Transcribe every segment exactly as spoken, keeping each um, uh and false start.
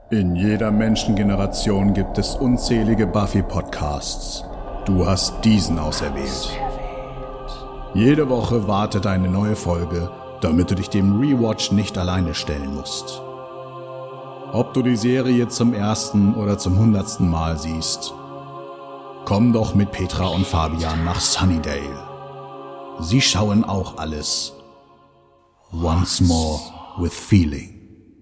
In jeder Menschengeneration gibt es unzählige Buffy-Podcasts. Du hast diesen auserwählt. Jede Woche wartet eine neue Folge, damit du dich dem Rewatch nicht alleine stellen musst. Ob du die Serie zum ersten oder zum hundertsten Mal siehst, komm doch mit Petra und Fabian nach Sunnydale. Sie schauen auch alles. Once more with feeling.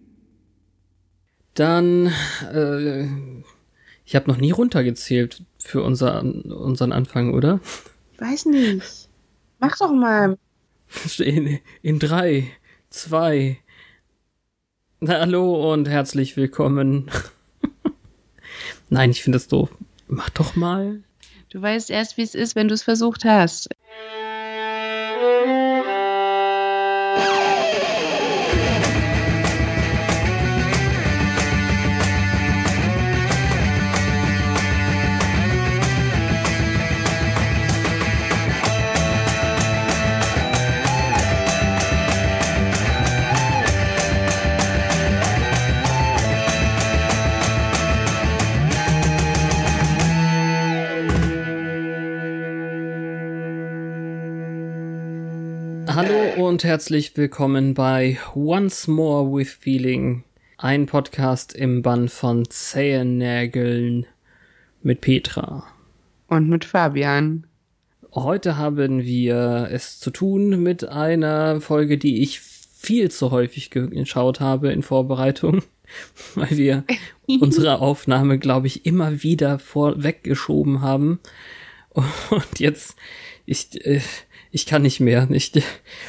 Dann, äh, ich habe noch nie runtergezählt für unser, unseren Anfang, oder? Weiß nicht. Mach doch mal. In, in drei, zwei. Na, hallo und herzlich willkommen. Nein, ich finde das doof. Mach doch mal. Du weißt erst, wie es ist, wenn du es versucht hast. Hallo und herzlich willkommen bei Once More with Feeling, ein Podcast im Bann von Zehennägeln mit Petra. Und mit Fabian. Heute haben wir es zu tun mit einer Folge, die ich viel zu häufig geschaut habe in Vorbereitung, weil wir unsere Aufnahme, glaube ich, immer wieder vorweggeschoben haben. Und jetzt, ich... Äh, Ich kann nicht mehr, nicht.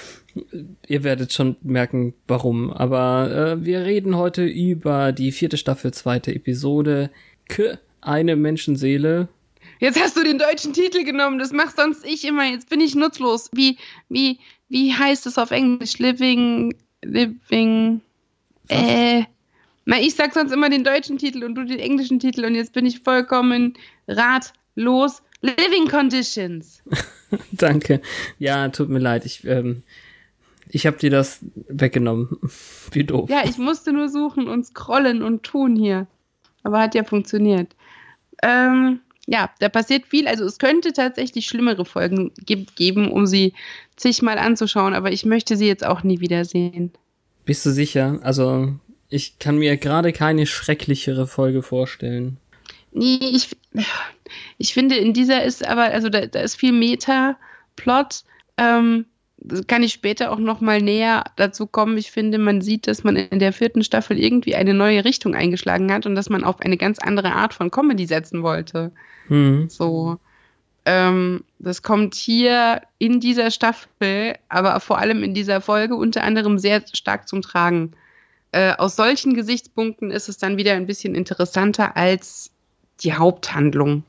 Ihr werdet schon merken, warum. Aber äh, wir reden heute über die vierte Staffel, zweite Episode. K, eine Menschenseele. Jetzt hast du den deutschen Titel genommen, das macht sonst ich immer. Jetzt bin ich nutzlos. Wie, wie, wie heißt es auf Englisch? Living, living, Was? äh. Na, ich sag sonst immer den deutschen Titel und du den englischen Titel und jetzt bin ich vollkommen ratlos. Living Conditions. Danke. Ja, tut mir leid. Ich, ähm, ich habe dir das weggenommen. Wie doof. Ja, ich musste nur suchen und scrollen und tun hier. Aber hat ja funktioniert. Ähm, ja, da passiert viel. Also es könnte tatsächlich schlimmere Folgen ge- geben, um sie zigmal anzuschauen. Aber ich möchte sie jetzt auch nie wiedersehen. Bist du sicher? Also ich kann mir gerade keine schrecklichere Folge vorstellen. Nee, ich, ich finde, in dieser ist aber, also da, da ist viel Meta-Plot. Ähm, das kann ich später auch noch mal näher dazu kommen. Ich finde, man sieht, dass man in der vierten Staffel irgendwie eine neue Richtung eingeschlagen hat und dass man auf eine ganz andere Art von Comedy setzen wollte. Mhm. So, ähm, das kommt hier in dieser Staffel, aber vor allem in dieser Folge unter anderem sehr stark zum Tragen. Äh, aus solchen Gesichtspunkten ist es dann wieder ein bisschen interessanter als die Haupthandlung.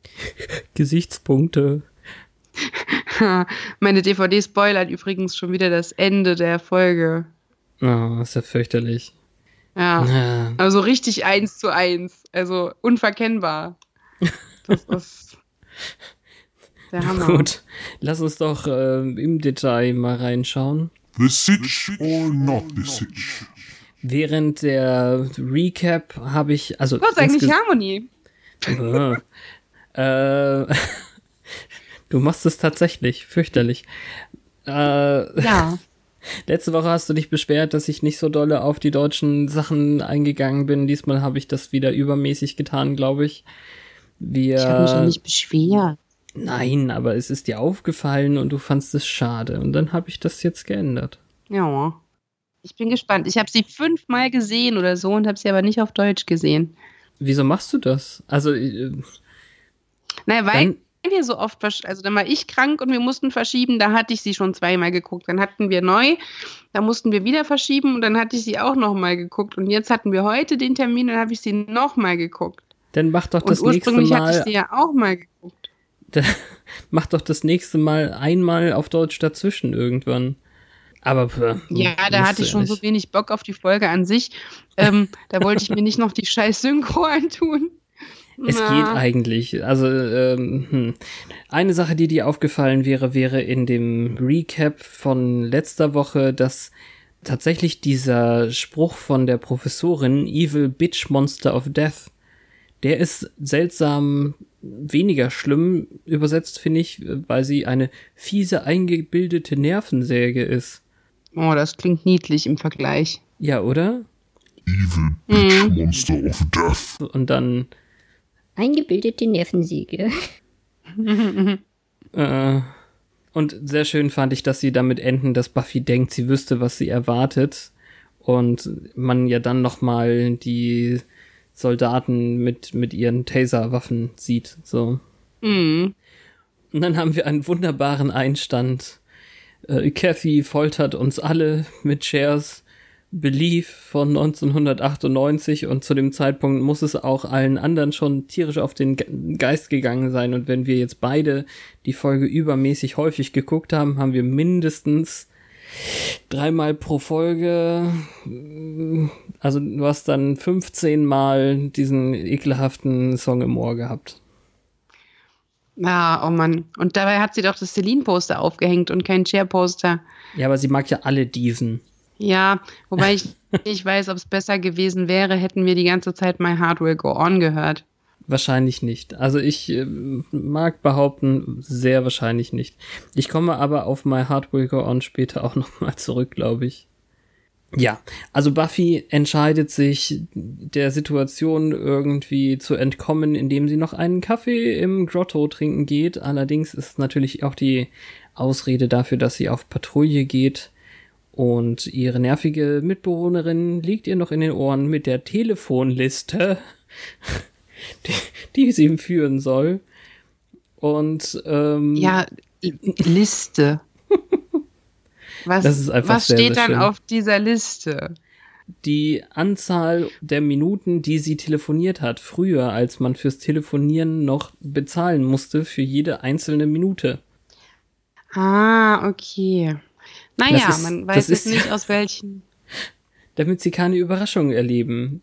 Gesichtspunkte. Meine D V D spoilert übrigens schon wieder das Ende der Folge. Oh, ist ja fürchterlich. Ja, ja. Also richtig eins zu eins. Also unverkennbar. Das ist der Hammer. Gut, lass uns doch äh, im Detail mal reinschauen. The Sitch or not the Sitch? Während der Recap habe ich... also Was eigentlich insges- Harmony? äh, du machst es tatsächlich, fürchterlich. Äh, ja. Letzte Woche hast du dich beschwert, dass ich nicht so dolle auf die deutschen Sachen eingegangen bin. Diesmal habe ich das wieder übermäßig getan, glaube ich. Wir, ich habe mich ja nicht beschwert. Nein, aber es ist dir aufgefallen und du fandst es schade. Und dann habe ich das jetzt geändert. Ja. Ich bin gespannt. Ich habe sie fünfmal gesehen oder so und habe sie aber nicht auf Deutsch gesehen. Wieso machst du das? Also, äh, naja, weil wir so oft, versch- also dann war ich krank und wir mussten verschieben, da hatte ich sie schon zweimal geguckt. Dann hatten wir neu, da mussten wir wieder verschieben und dann hatte ich sie auch nochmal geguckt. Und jetzt hatten wir heute den Termin, dann habe ich sie nochmal geguckt. Dann mach doch das und nächste Mal... ursprünglich hatte ich sie ja auch mal geguckt. Dann mach doch das nächste Mal einmal auf Deutsch dazwischen irgendwann. Aber pff, ja, da hatte ich schon so wenig Bock auf die Folge an sich. Ähm, da wollte ich mir nicht noch die scheiß Synchro antun. Es Na. geht eigentlich. Also ähm, hm. eine Sache, die dir aufgefallen wäre, wäre in dem Recap von letzter Woche, dass tatsächlich dieser Spruch von der Professorin, Evil Bitch Monster of Death, der ist seltsam weniger schlimm übersetzt, finde ich, weil sie eine fiese, eingebildete Nervensäge ist. Oh, das klingt niedlich im Vergleich. Ja, oder? Evil Bitch mhm. Monster of Death. Und dann eingebildete Nervensäge. äh, und sehr schön fand ich, dass sie damit enden, dass Buffy denkt, sie wüsste, was sie erwartet. Und man ja dann nochmal die Soldaten mit, mit ihren Taserwaffen sieht. So. Mhm. Und dann haben wir einen wunderbaren Einstand. Äh, Kathy foltert uns alle mit Chers Belief von neunzehnhundertachtundneunzig und zu dem Zeitpunkt muss es auch allen anderen schon tierisch auf den Geist gegangen sein. Und wenn wir jetzt beide die Folge übermäßig häufig geguckt haben, haben wir mindestens dreimal pro Folge, also du hast dann fünfzehn Mal diesen ekelhaften Song im Ohr gehabt. Ah, oh Mann. Und dabei hat sie doch das Celine-Poster aufgehängt und kein Cher-Poster. Ja, aber sie mag ja alle diesen. Ja, wobei ich nicht weiß, ob es besser gewesen wäre, hätten wir die ganze Zeit My Heart Will Go On gehört. Wahrscheinlich nicht. Also ich äh, mag behaupten, sehr wahrscheinlich nicht. Ich komme aber auf My Heart Will Go On später auch nochmal zurück, glaube ich. Ja, also Buffy entscheidet sich, der Situation irgendwie zu entkommen, indem sie noch einen Kaffee im Grotto trinken geht. Allerdings ist natürlich auch die Ausrede dafür, dass sie auf Patrouille geht. Und ihre nervige Mitbewohnerin liegt ihr noch in den Ohren mit der Telefonliste, die, die sie führen soll. Und ähm, ja, Liste. Was, das ist einfach was sehr, steht sehr dann schön. auf dieser Liste? Die Anzahl der Minuten, die sie telefoniert hat, früher, als man fürs Telefonieren noch bezahlen musste für jede einzelne Minute. Ah, okay. Naja, ist, man weiß jetzt ist, nicht, aus welchen. Damit sie keine Überraschung erleben.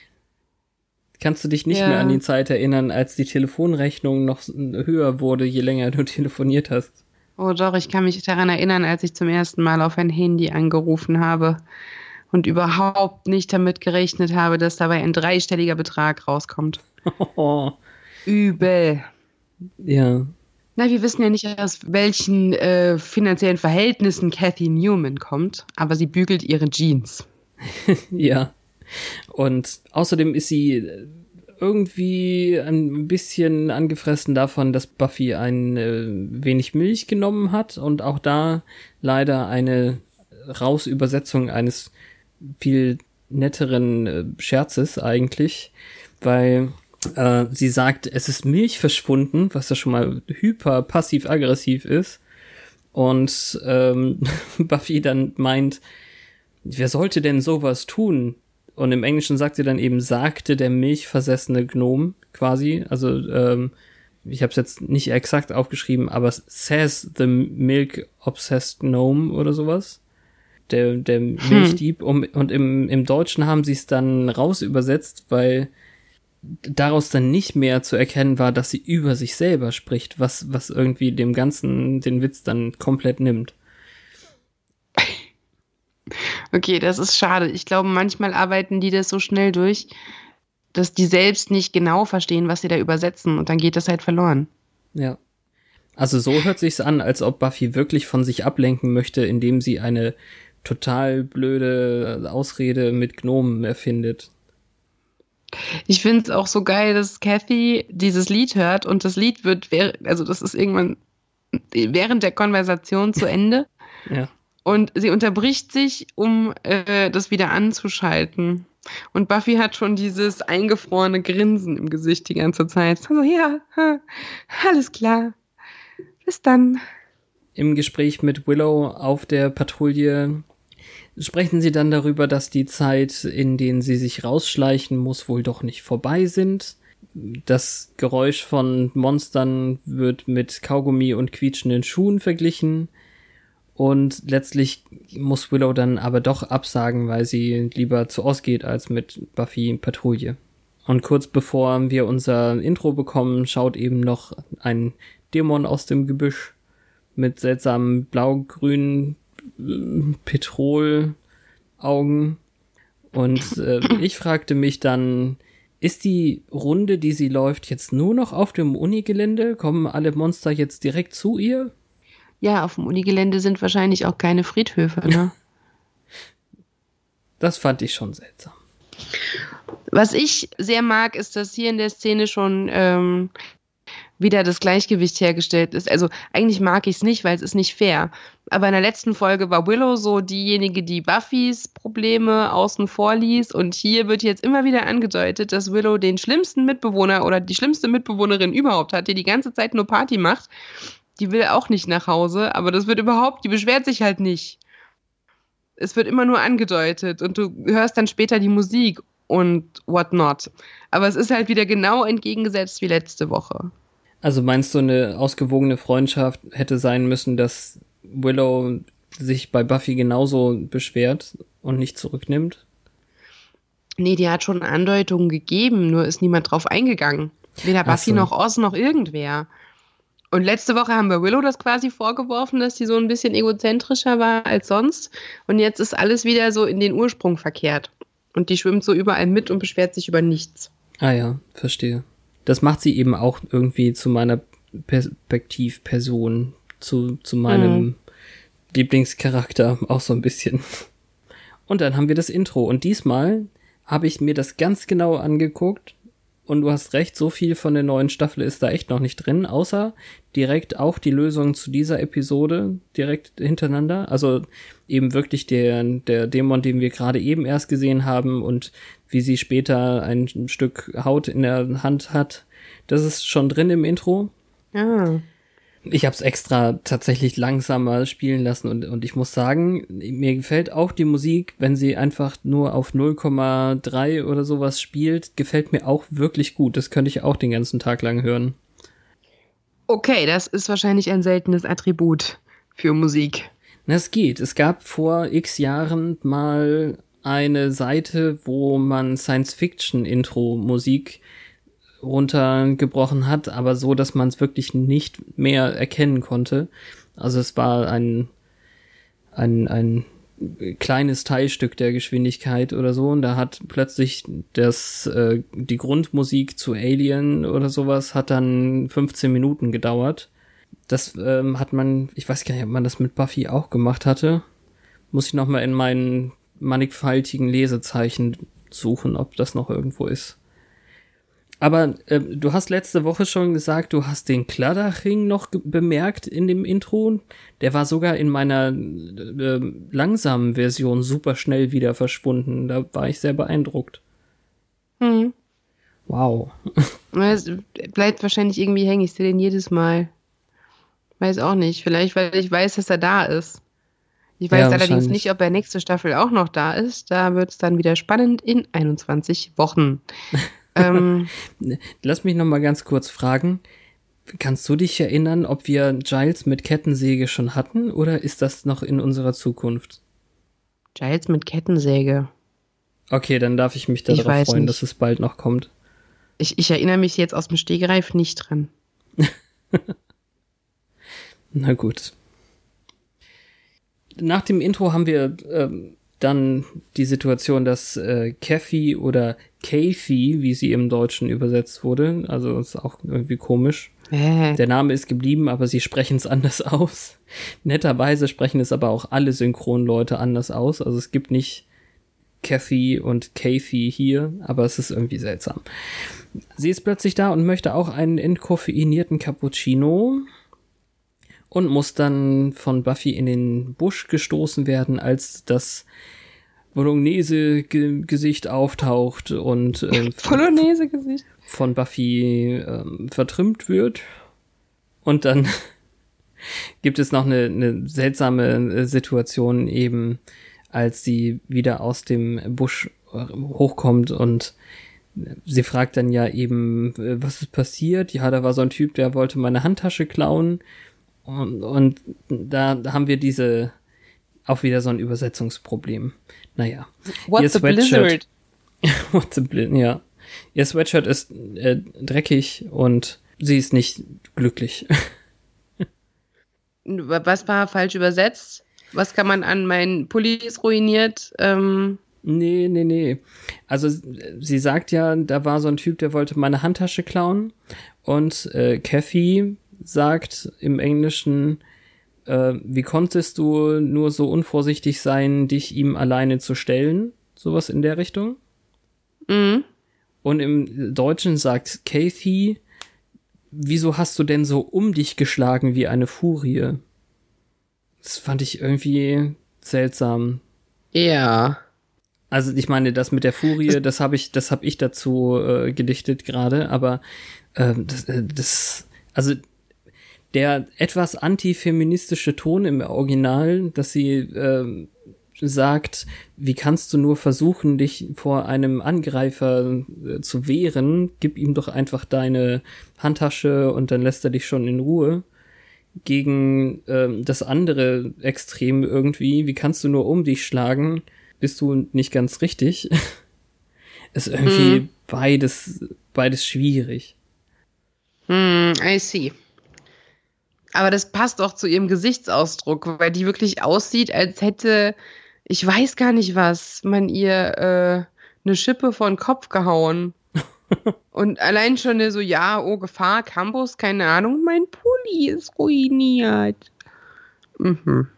Kannst du dich nicht ja. mehr an die Zeit erinnern, als die Telefonrechnung noch höher wurde, je länger du telefoniert hast? Oh doch, ich kann mich daran erinnern, als ich zum ersten Mal auf ein Handy angerufen habe und überhaupt nicht damit gerechnet habe, dass dabei ein dreistelliger Betrag rauskommt. Oh. Übel. Ja. Na, wir wissen ja nicht, aus welchen äh, finanziellen Verhältnissen Kathy Newman kommt, aber sie bügelt ihre Jeans. Ja. Und außerdem ist sie irgendwie ein bisschen angefressen davon, dass Buffy ein äh, wenig Milch genommen hat und auch da leider eine Rausübersetzung eines viel netteren äh, Scherzes eigentlich, weil äh, sie sagt, es ist Milch verschwunden, was ja schon mal hyper passiv-aggressiv ist und ähm, Buffy dann meint, wer sollte denn sowas tun? Und im Englischen sagt sie dann eben, sagte der milchversessene Gnome quasi. Also ähm, ich habe es jetzt nicht exakt aufgeschrieben, aber says the milk obsessed gnome oder sowas. Der, der Milchdieb. Hm. Und, und im, im Deutschen haben sie es dann raus übersetzt, weil daraus dann nicht mehr zu erkennen war, dass sie über sich selber spricht, was, was irgendwie dem Ganzen den Witz dann komplett nimmt. Okay, das ist schade. Ich glaube, manchmal arbeiten die das so schnell durch, dass die selbst nicht genau verstehen, was sie da übersetzen und dann geht das halt verloren. Ja. Also so hört sich's an, als ob Buffy wirklich von sich ablenken möchte, indem sie eine total blöde Ausrede mit Gnomen erfindet. Ich finde es auch so geil, dass Kathy dieses Lied hört und das Lied wird, also das ist irgendwann während der Konversation zu Ende. Ja. Und sie unterbricht sich, um äh, das wieder anzuschalten. Und Buffy hat schon dieses eingefrorene Grinsen im Gesicht die ganze Zeit. Also ja, alles klar. Bis dann. Im Gespräch mit Willow auf der Patrouille sprechen sie dann darüber, dass die Zeit, in denen sie sich rausschleichen muss, wohl doch nicht vorbei sind. Das Geräusch von Monstern wird mit Kaugummi und quietschenden Schuhen verglichen. Und letztlich muss Willow dann aber doch absagen, weil sie lieber zu Oz geht als mit Buffy Patrouille. Und kurz bevor wir unser Intro bekommen, schaut eben noch ein Dämon aus dem Gebüsch mit seltsamen blau-grünen Petrol Augen. Und äh, ich fragte mich dann, ist die Runde, die sie läuft, jetzt nur noch auf dem Unigelände? Kommen alle Monster jetzt direkt zu ihr? Ja, auf dem Unigelände sind wahrscheinlich auch keine Friedhöfe, ne? Das fand ich schon seltsam. Was ich sehr mag, ist, dass hier in der Szene schon ähm, wieder das Gleichgewicht hergestellt ist. Also eigentlich mag ich es nicht, weil es ist nicht fair. Aber in der letzten Folge war Willow so diejenige, die Buffys Probleme außen vor ließ. Und hier wird jetzt immer wieder angedeutet, dass Willow den schlimmsten Mitbewohner oder die schlimmste Mitbewohnerin überhaupt hat, die die ganze Zeit nur Party macht. Die will auch nicht nach Hause, aber das wird überhaupt, die beschwert sich halt nicht. Es wird immer nur angedeutet und du hörst dann später die Musik und whatnot. Aber es ist halt wieder genau entgegengesetzt wie letzte Woche. Also meinst du, eine ausgewogene Freundschaft hätte sein müssen, dass Willow sich bei Buffy genauso beschwert und nicht zurücknimmt? Nee, die hat schon Andeutungen gegeben, nur ist niemand drauf eingegangen. Weder Buffy so. noch Oz noch irgendwer. Und letzte Woche haben wir Willow das quasi vorgeworfen, dass sie so ein bisschen egozentrischer war als sonst. Und jetzt ist alles wieder so in den Ursprung verkehrt. Und die schwimmt so überall mit und beschwert sich über nichts. Ah ja, verstehe. Das macht sie eben auch irgendwie zu meiner Perspektivperson, zu, zu meinem mhm. Lieblingscharakter auch so ein bisschen. Und dann haben wir das Intro. Und diesmal habe ich mir das ganz genau angeguckt. Und du hast recht, so viel von der neuen Staffel ist da echt noch nicht drin, außer direkt auch die Lösung zu dieser Episode direkt hintereinander. Also eben wirklich der, der Dämon, den wir gerade eben erst gesehen haben und wie sie später ein Stück Haut in der Hand hat. Das ist schon drin im Intro. Ah. Ich habe es extra tatsächlich langsamer spielen lassen und, und ich muss sagen, mir gefällt auch die Musik, wenn sie einfach nur auf null Komma drei oder sowas spielt, gefällt mir auch wirklich gut. Das könnte ich auch den ganzen Tag lang hören. Okay, das ist wahrscheinlich ein seltenes Attribut für Musik. Na, es geht. Es gab vor x Jahren mal eine Seite, wo man Science-Fiction-Intro-Musik runtergebrochen hat, aber so, dass man es wirklich nicht mehr erkennen konnte. Also es war ein ein ein kleines Teilstück der Geschwindigkeit oder so und da hat plötzlich das äh, die Grundmusik zu Alien oder sowas hat dann fünfzehn Minuten gedauert. Das ähm, hat man, ich weiß gar nicht, ob man das mit Buffy auch gemacht hatte. Muss ich noch mal in meinen mannigfaltigen Lesezeichen suchen, ob das noch irgendwo ist. Aber äh, du hast letzte Woche schon gesagt, du hast den Kladdachring noch ge- bemerkt in dem Intro. Der war sogar in meiner äh, langsamen Version super schnell wieder verschwunden. Da war ich sehr beeindruckt. Hm. Wow. Es bleibt wahrscheinlich irgendwie hängen. Ich sehe den jedes Mal. Weiß auch nicht. Vielleicht, weil ich weiß, dass er da ist. Ich weiß Ja, allerdings nicht, ob er nächste Staffel auch noch da ist. Da wird es dann wieder spannend in einundzwanzig Wochen. ähm, Lass mich noch mal ganz kurz fragen. Kannst du dich erinnern, ob wir Giles mit Kettensäge schon hatten oder ist das noch in unserer Zukunft? Giles mit Kettensäge. Okay, dann darf ich mich darauf Ich weiß freuen, nicht. dass es bald noch kommt. Ich, ich erinnere mich jetzt aus dem Stegreif nicht dran. Na gut. Nach dem Intro haben wir ähm, dann die Situation, dass äh, Kathy oder Kathy, wie sie im Deutschen übersetzt wurde, also ist auch irgendwie komisch. Äh. Der Name ist geblieben, aber sie sprechen es anders aus. Netterweise sprechen es aber auch alle Synchronleute anders aus. Also es gibt nicht Kathy und Kathy hier, aber es ist irgendwie seltsam. Sie ist plötzlich da und möchte auch einen entkoffeinierten Cappuccino und muss dann von Buffy in den Busch gestoßen werden, als das Bolognese-Gesicht auftaucht und äh, Bolognese-Gesicht. von Buffy ähm, vertrümmt wird. Und dann gibt es noch eine, eine seltsame Situation eben, als sie wieder aus dem Busch hochkommt und sie fragt dann ja eben, was ist passiert? Ja, da war so ein Typ, der wollte meine Handtasche klauen. Und, und da haben wir diese, auch wieder so ein Übersetzungsproblem. Naja. What ihr the Sweatshirt, blizzard? What the blizzard, ja. Ihr Sweatshirt ist äh, dreckig und sie ist nicht glücklich. Was war falsch übersetzt? Was kann man an meinen Pullis ruiniert? Ähm, Nee, nee, nee. Also sie sagt ja, da war so ein Typ, der wollte meine Handtasche klauen. Und äh, Kathy sagt im Englischen, äh, wie konntest du nur so unvorsichtig sein, dich ihm alleine zu stellen? Sowas in der Richtung. mhm. Und im Deutschen sagt Kathy, wieso hast du denn so um dich geschlagen wie eine Furie? Das fand ich irgendwie seltsam. Ja. Also ich meine, das mit der Furie, das habe ich, das habe ich dazu äh, gedichtet gerade, aber äh, das, äh, das, also der etwas antifeministische Ton im Original, dass sie äh, sagt, wie kannst du nur versuchen, dich vor einem Angreifer äh, zu wehren? Gib ihm doch einfach deine Handtasche und dann lässt er dich schon in Ruhe. Gegen äh, das andere Extrem irgendwie, wie kannst du nur um dich schlagen? Bist du nicht ganz richtig? Ist irgendwie hm. beides, beides schwierig. Hm, I see. Aber das passt auch zu ihrem Gesichtsausdruck, weil die wirklich aussieht, als hätte, ich weiß gar nicht was, man ihr äh, eine Schippe vor den Kopf gehauen. Und allein schon so, ja, oh, Gefahr, Campus, keine Ahnung, mein Pulli ist ruiniert. Mhm.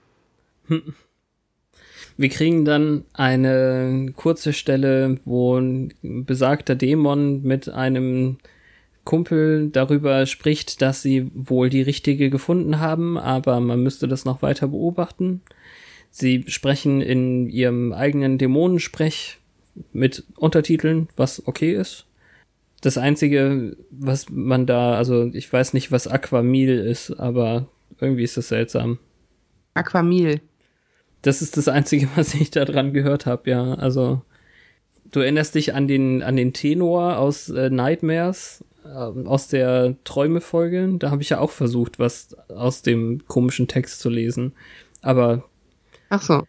Wir kriegen dann eine kurze Stelle, wo ein besagter Dämon mit einem Kumpel darüber spricht, dass sie wohl die richtige gefunden haben, aber man müsste das noch weiter beobachten. Sie sprechen in ihrem eigenen Dämonensprech mit Untertiteln, was okay ist. Das Einzige, was man da, also ich weiß nicht, was Aquamil ist, aber irgendwie ist das seltsam. Aquamil. Das ist das Einzige, was ich da dran gehört habe, ja. Also, du erinnerst dich an den, an den Tenor aus äh, Nightmares, äh, aus der Träume-Folge. Da habe ich ja auch versucht, was aus dem komischen Text zu lesen. Aber. Ach so.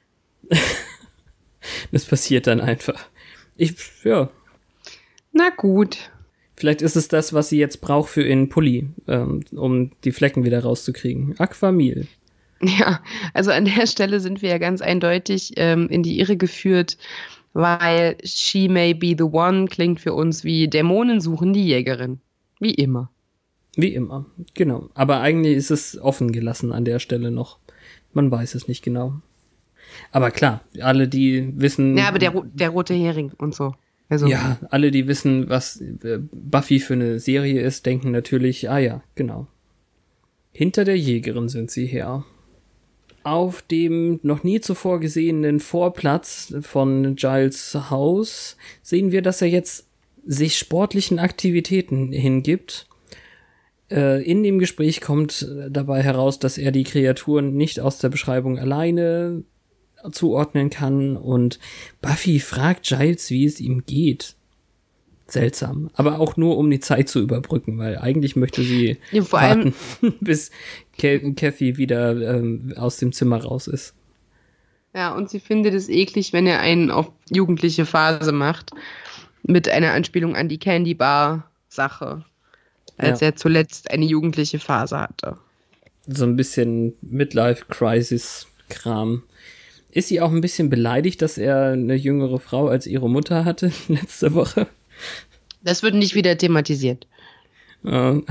Das passiert dann einfach. Ich, ja. Na gut. Vielleicht ist es das, was sie jetzt braucht für ihren Pulli, ähm, um die Flecken wieder rauszukriegen. Aquamil. Ja, also an der Stelle sind wir ja ganz eindeutig ähm, in die Irre geführt, weil She May Be the One klingt für uns wie Dämonen suchen die Jägerin. Wie immer. Wie immer, genau. Aber eigentlich ist es offen gelassen an der Stelle noch. Man weiß es nicht genau. Aber klar, alle, die wissen... Ja, aber der, der rote Hering und so. Also. Ja, alle, die wissen, was Buffy für eine Serie ist, denken natürlich, ah ja, genau. Hinter der Jägerin sind sie her. Auf dem noch nie zuvor gesehenen Vorplatz von Giles Haus sehen wir, dass er jetzt sich sportlichen Aktivitäten hingibt. Äh, in dem Gespräch kommt dabei heraus, dass er die Kreaturen nicht aus der Beschreibung alleine zuordnen kann und Buffy fragt Giles, wie es ihm geht. Seltsam. Aber auch nur, um die Zeit zu überbrücken, weil eigentlich möchte sie ja, vor warten, allem bis Kathy wieder ähm, aus dem Zimmer raus ist. Ja, und sie findet es eklig, wenn er einen auf jugendliche Phase macht, mit einer Anspielung an die Candy Bar Sache, als ja. er zuletzt eine jugendliche Phase hatte. So ein bisschen Midlife-Crisis-Kram. Ist sie auch ein bisschen beleidigt, dass er eine jüngere Frau als ihre Mutter hatte letzte Woche? Das wird nicht wieder thematisiert. Ja.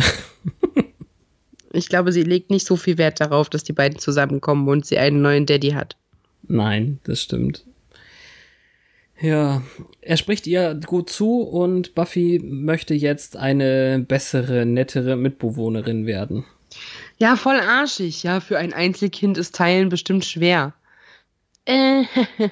Ich glaube, sie legt nicht so viel Wert darauf, dass die beiden zusammenkommen und sie einen neuen Daddy hat. Nein, das stimmt. Ja, er spricht ihr gut zu und Buffy möchte jetzt eine bessere, nettere Mitbewohnerin werden. Ja, voll arschig. Ja, für ein Einzelkind ist Teilen bestimmt schwer. Äh.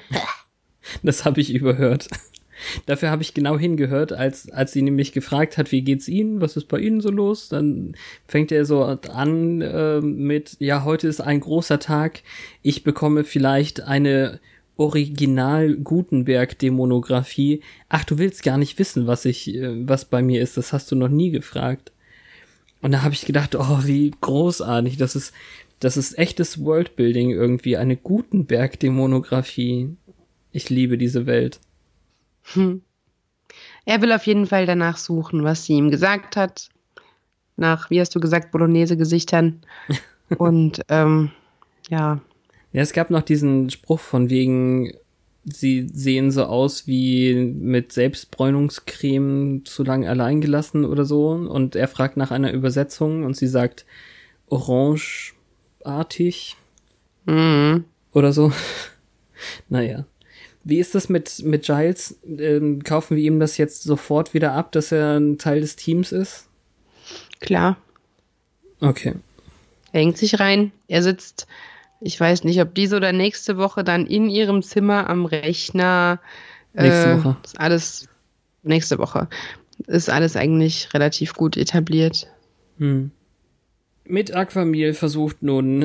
Das habe ich überhört. Dafür habe ich genau hingehört, als, als sie nämlich gefragt hat, wie geht's Ihnen, was ist bei Ihnen so los? Dann fängt er so an äh, mit, ja, heute ist ein großer Tag, ich bekomme vielleicht eine Original-Gutenberg-Demonographie. Ach, du willst gar nicht wissen, was ich, äh, was bei mir ist, das hast du noch nie gefragt. Und da habe ich gedacht, oh, wie großartig, das ist, das ist echtes Worldbuilding irgendwie, eine Gutenberg-Demonographie. Ich liebe diese Welt. Hm. Er will auf jeden Fall danach suchen, was sie ihm gesagt hat. Nach, wie hast du gesagt, Bolognese-Gesichtern. Und, ähm, ja. Ja, es gab noch diesen Spruch von wegen, sie sehen so aus wie mit Selbstbräunungscreme zu lang allein gelassen oder so. Und er fragt nach einer Übersetzung und sie sagt orangeartig Mhm. oder so. Naja. Wie ist das mit, mit Giles? Ähm, kaufen wir ihm das jetzt sofort wieder ab, dass er ein Teil des Teams ist? Klar. Okay. Er hängt sich rein. Er sitzt, ich weiß nicht, ob diese oder nächste Woche dann in ihrem Zimmer am Rechner. Nächste äh, Woche. Ist alles, nächste Woche. Ist alles eigentlich relativ gut etabliert. Hm. Mit Aquamil versucht nun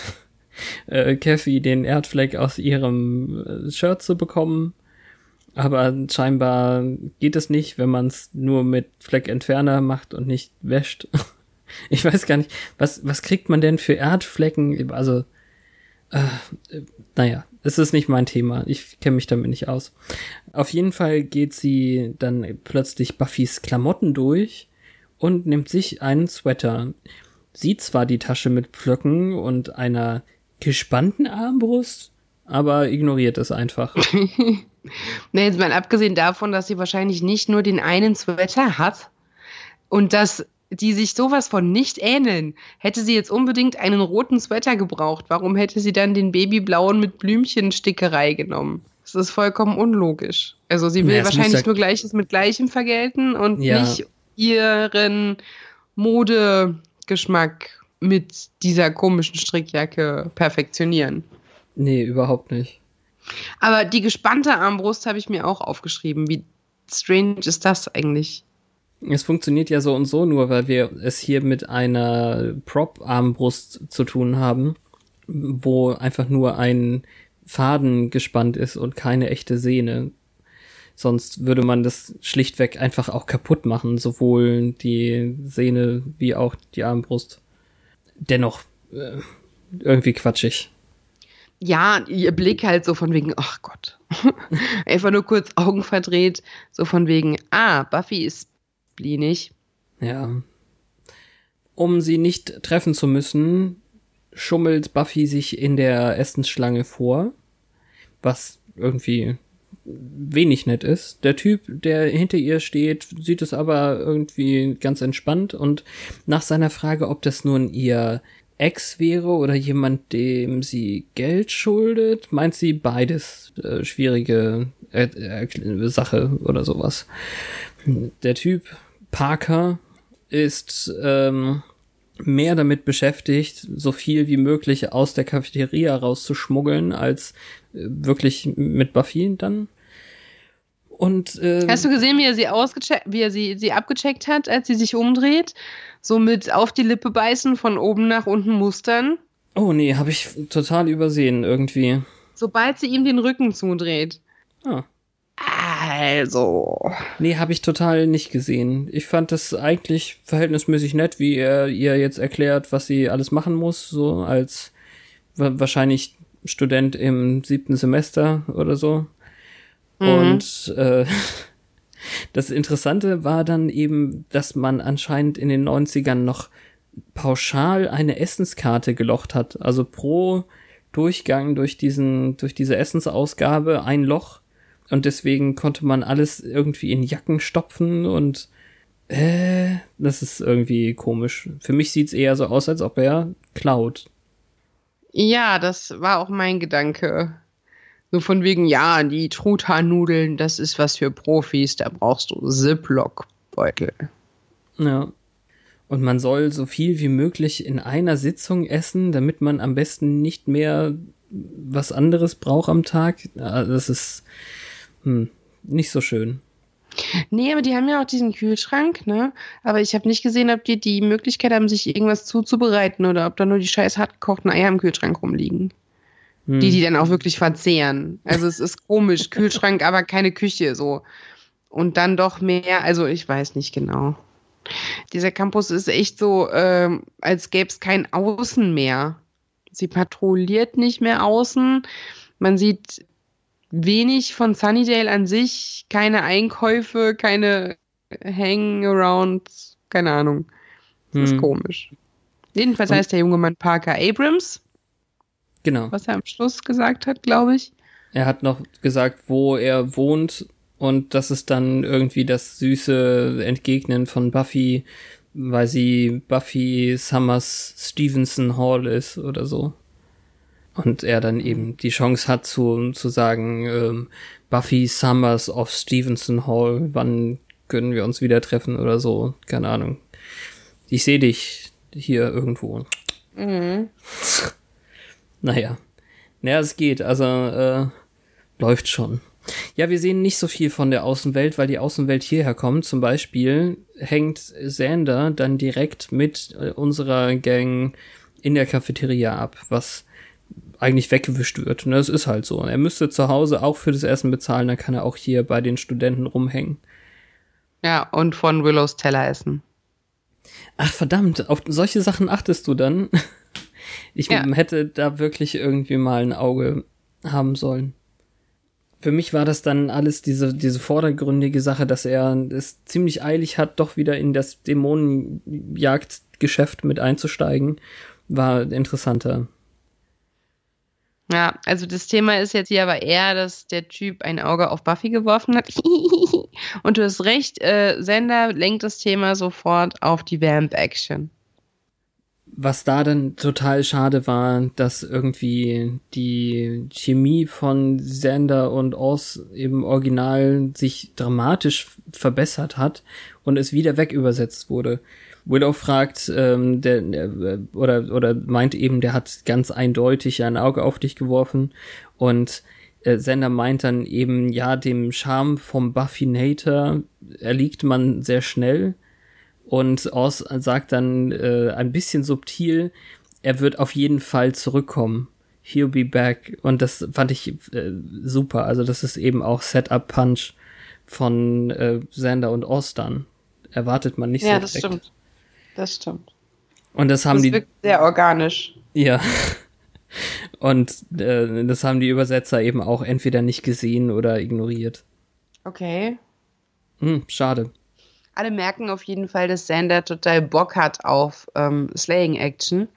äh, Kathy den Erdfleck aus ihrem äh, Shirt zu bekommen. Aber scheinbar geht es nicht, wenn man es nur mit Fleckentferner macht und nicht wäscht. Ich weiß gar nicht, was, was kriegt man denn für Erdflecken? Also, äh, naja, es ist nicht mein Thema. Ich kenne mich damit nicht aus. Auf jeden Fall geht sie dann plötzlich Buffys Klamotten durch und nimmt sich einen Sweater. Sieht zwar die Tasche mit Pflöcken und einer gespannten Armbrust, aber ignoriert es einfach. Ne, jetzt mal abgesehen davon, dass sie wahrscheinlich nicht nur den einen Sweater hat und dass die sich sowas von nicht ähneln. Hätte sie jetzt unbedingt einen roten Sweater gebraucht, warum hätte sie dann den babyblauen mit Blümchenstickerei genommen? Das ist vollkommen unlogisch. Also sie will Naja, es muss wahrscheinlich ja- nur Gleiches mit Gleichem vergelten und Ja. nicht ihren Modegeschmack mit dieser komischen Strickjacke perfektionieren. Nee, überhaupt nicht. Aber die gespannte Armbrust habe ich mir auch aufgeschrieben. Wie strange ist das eigentlich? Es funktioniert ja so und so nur, weil wir es hier mit einer Prop-Armbrust zu tun haben, wo einfach nur ein Faden gespannt ist und keine echte Sehne. Sonst würde man das schlichtweg einfach auch kaputt machen, sowohl die Sehne wie auch die Armbrust. Dennoch äh, irgendwie quatschig. Ja, ihr Blick halt so von wegen, ach Gott. Einfach nur kurz Augen verdreht, so von wegen, ah, Buffy ist spleenig. Ja. Um sie nicht treffen zu müssen, schummelt Buffy sich in der Essensschlange vor, was irgendwie wenig nett ist. Der Typ, der hinter ihr steht, sieht es aber irgendwie ganz entspannt und nach seiner Frage, ob das nun ihr Ex wäre oder jemand, dem sie Geld schuldet, meint sie beides. Äh, schwierige äh, äh, Sache oder sowas. Der Typ Parker ist ähm, mehr damit beschäftigt, so viel wie möglich aus der Cafeteria rauszuschmuggeln, als äh, wirklich mit Buffy dann. Und äh, Hast du gesehen, wie er sie ausgecheckt, wie er sie, sie abgecheckt hat, als sie sich umdreht? So mit auf die Lippe beißen, von oben nach unten mustern. oh nee, habe ich total übersehen irgendwie. Sobald sie ihm den Rücken zudreht. Ah. Also. Nee, habe ich total nicht gesehen. Ich fand das eigentlich verhältnismäßig nett, wie er ihr jetzt erklärt, was sie alles machen muss, so als wa- wahrscheinlich Student im siebten Semester oder so. Mhm. Und äh, das Interessante war dann eben, dass man anscheinend in den neunzigern noch pauschal eine Essenskarte gelocht hat. Also pro Durchgang durch diesen, durch diese Essensausgabe ein Loch. Und deswegen konnte man alles irgendwie in Jacken stopfen und äh, das ist irgendwie komisch. Für mich sieht's eher so aus, als ob er klaut. Ja, das war auch mein Gedanke. So von wegen, ja, die Truthahnnudeln, das ist was für Profis, da brauchst du Ziploc-Beutel. Ja. Und man soll so viel wie möglich in einer Sitzung essen, damit man am besten nicht mehr was anderes braucht am Tag. Das ist hm, nicht so schön. Nee, aber die haben ja auch diesen Kühlschrank, ne? Aber ich habe nicht gesehen, ob die die Möglichkeit haben, sich irgendwas zuzubereiten oder ob da nur die scheiß hartgekochten Eier im Kühlschrank rumliegen. Hm. Die die dann auch wirklich verzehren. Also es ist komisch, Kühlschrank, aber keine Küche, so. Und dann doch mehr, also ich weiß nicht genau. Dieser Campus ist echt so, ähm, als gäbe es kein Außen mehr. Sie patrouilliert nicht mehr außen. Man sieht wenig von Sunnydale an sich, keine Einkäufe, keine Hangarounds, keine Ahnung. Das ist Hm. komisch. Jedenfalls Und- heißt der junge Mann Parker Abrams. Genau. Was er am Schluss gesagt hat, glaube ich. Er hat noch gesagt, wo er wohnt und das ist dann irgendwie das süße Entgegnen von Buffy, weil sie Buffy Summers Stevenson Hall ist oder so. Und er dann eben die Chance hat zu, zu sagen, ähm, Buffy Summers of Stevenson Hall, wann können wir uns wieder treffen oder so, keine Ahnung. Ich sehe dich hier irgendwo. Mhm. Naja. Naja, es geht, also äh, läuft schon. Ja, wir sehen nicht so viel von der Außenwelt, weil die Außenwelt hierher kommt. Zum Beispiel hängt Xander dann direkt mit äh, unserer Gang in der Cafeteria ab, was eigentlich weggewischt wird. Und das ist halt so. Er müsste zu Hause auch für das Essen bezahlen, dann kann er auch hier bei den Studenten rumhängen. Ja, und von Willows Teller essen. Ach verdammt, auf solche Sachen achtest du dann? Ich Ja. hätte da wirklich irgendwie mal ein Auge haben sollen. Für mich war das dann alles diese, diese vordergründige Sache, dass er es ziemlich eilig hat, doch wieder in das Dämonenjagdgeschäft mit einzusteigen, war interessanter. Ja, also das Thema ist jetzt hier aber eher, dass der Typ ein Auge auf Buffy geworfen hat. Und du hast recht, äh, Xander lenkt das Thema sofort auf die Vamp-Action. Was da dann total schade war, dass irgendwie die Chemie von Xander und Oz im Original sich dramatisch verbessert hat und es wieder wegübersetzt wurde. Willow fragt, ähm, der, der oder oder meint eben, der hat ganz eindeutig ein Auge auf dich geworfen und äh, Xander meint dann eben, ja, dem Charme vom Buffinator erliegt man sehr schnell. Und Oz sagt dann äh, ein bisschen subtil, er wird auf jeden Fall zurückkommen. He'll be back. Und das fand ich äh, super. Also das ist eben auch Set-Up-Punch von äh, Xander und Oz dann. Erwartet man nicht Ja, so das direkt. stimmt. Das stimmt. Und das haben Das die... wirkt sehr organisch. Ja. Und äh, das haben die Übersetzer eben auch entweder nicht gesehen oder ignoriert. Okay. Hm, schade. Alle merken auf jeden Fall, dass Xander total Bock hat auf ähm, Slaying-Action.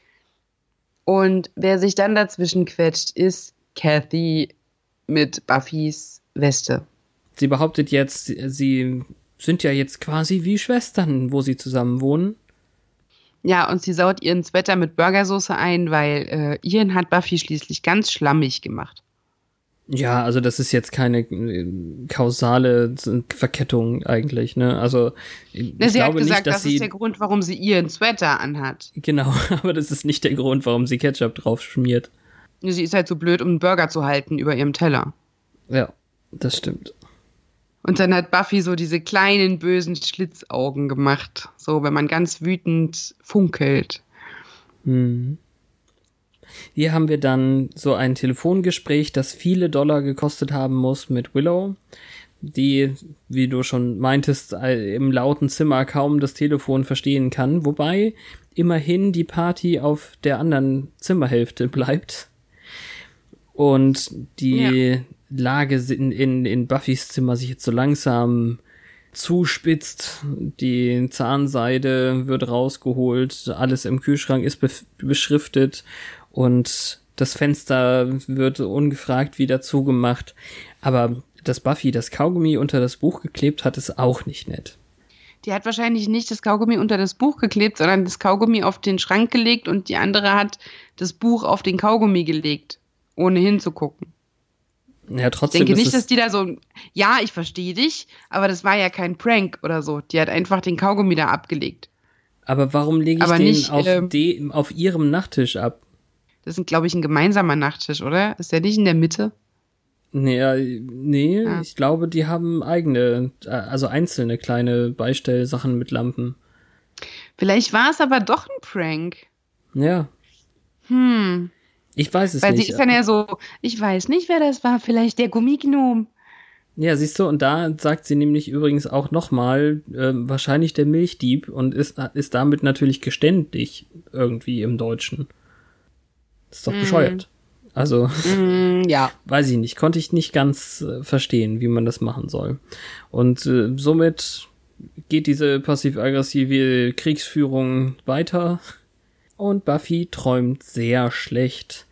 Und wer sich dann dazwischen quetscht, ist Kathy mit Buffys Weste. Sie behauptet jetzt, sie sind ja jetzt quasi wie Schwestern, wo sie zusammen wohnen. Ja, und sie saut ihren Sweater mit Burgersoße ein, weil äh, Ian hat Buffy schließlich ganz schlammig gemacht. Ja, also das ist jetzt keine äh, kausale Verkettung eigentlich, ne? Also ich Na, sie glaube hat gesagt, nicht, dass das sie ist der Grund, warum sie ihren Sweater anhat. genau, aber das ist nicht der Grund, warum sie Ketchup drauf schmiert. Sie ist halt so blöd, um einen Burger zu halten über ihrem Teller. Ja, das stimmt. Und dann hat Buffy so diese kleinen bösen Schlitzaugen gemacht, so wenn man ganz wütend funkelt. Hm. Hier haben wir dann so ein Telefongespräch, das viele Dollar gekostet haben muss mit Willow, die, wie du schon meintest, im lauten Zimmer kaum das Telefon verstehen kann, wobei immerhin die Party auf der anderen Zimmerhälfte bleibt und die ja. Lage in, in, in Buffys Zimmer sich jetzt so langsam zuspitzt, die Zahnseide wird rausgeholt, alles im Kühlschrank ist be- beschriftet und das Fenster wird ungefragt wieder zugemacht. Aber dass Buffy das Kaugummi unter das Buch geklebt hat, ist auch nicht nett. Die hat wahrscheinlich nicht das Kaugummi unter das Buch geklebt, sondern das Kaugummi auf den Schrank gelegt und die andere hat das Buch auf den Kaugummi gelegt, ohne hinzugucken. Ja, trotzdem ich denke nicht, ist dass die da so, ja, ich verstehe dich, aber das war ja kein Prank oder so. Die hat einfach den Kaugummi da abgelegt. Aber warum lege ich aber den nicht, auf, ähm, de, auf ihrem Nachttisch ab? Das ist, glaube ich, ein gemeinsamer Nachttisch, oder? Ist der nicht in der Mitte? Nee, nee Ah. ich glaube, die haben eigene, also einzelne kleine Beistellsachen mit Lampen. Vielleicht war es aber doch ein Prank. Ja, Hm. ich weiß es Weil nicht. sie ist dann ja so, ich weiß nicht, wer das war, vielleicht der Gummignom. Ja, siehst du, und da sagt sie nämlich übrigens auch nochmal, äh, wahrscheinlich der Milchdieb und ist, ist damit natürlich geständig irgendwie im Deutschen. Das ist doch Mm. bescheuert. Also, Mm, ja. weiß ich nicht, konnte ich nicht ganz äh, verstehen, wie man das machen soll. Und äh, somit geht diese passiv-aggressive Kriegsführung weiter und Buffy träumt sehr schlecht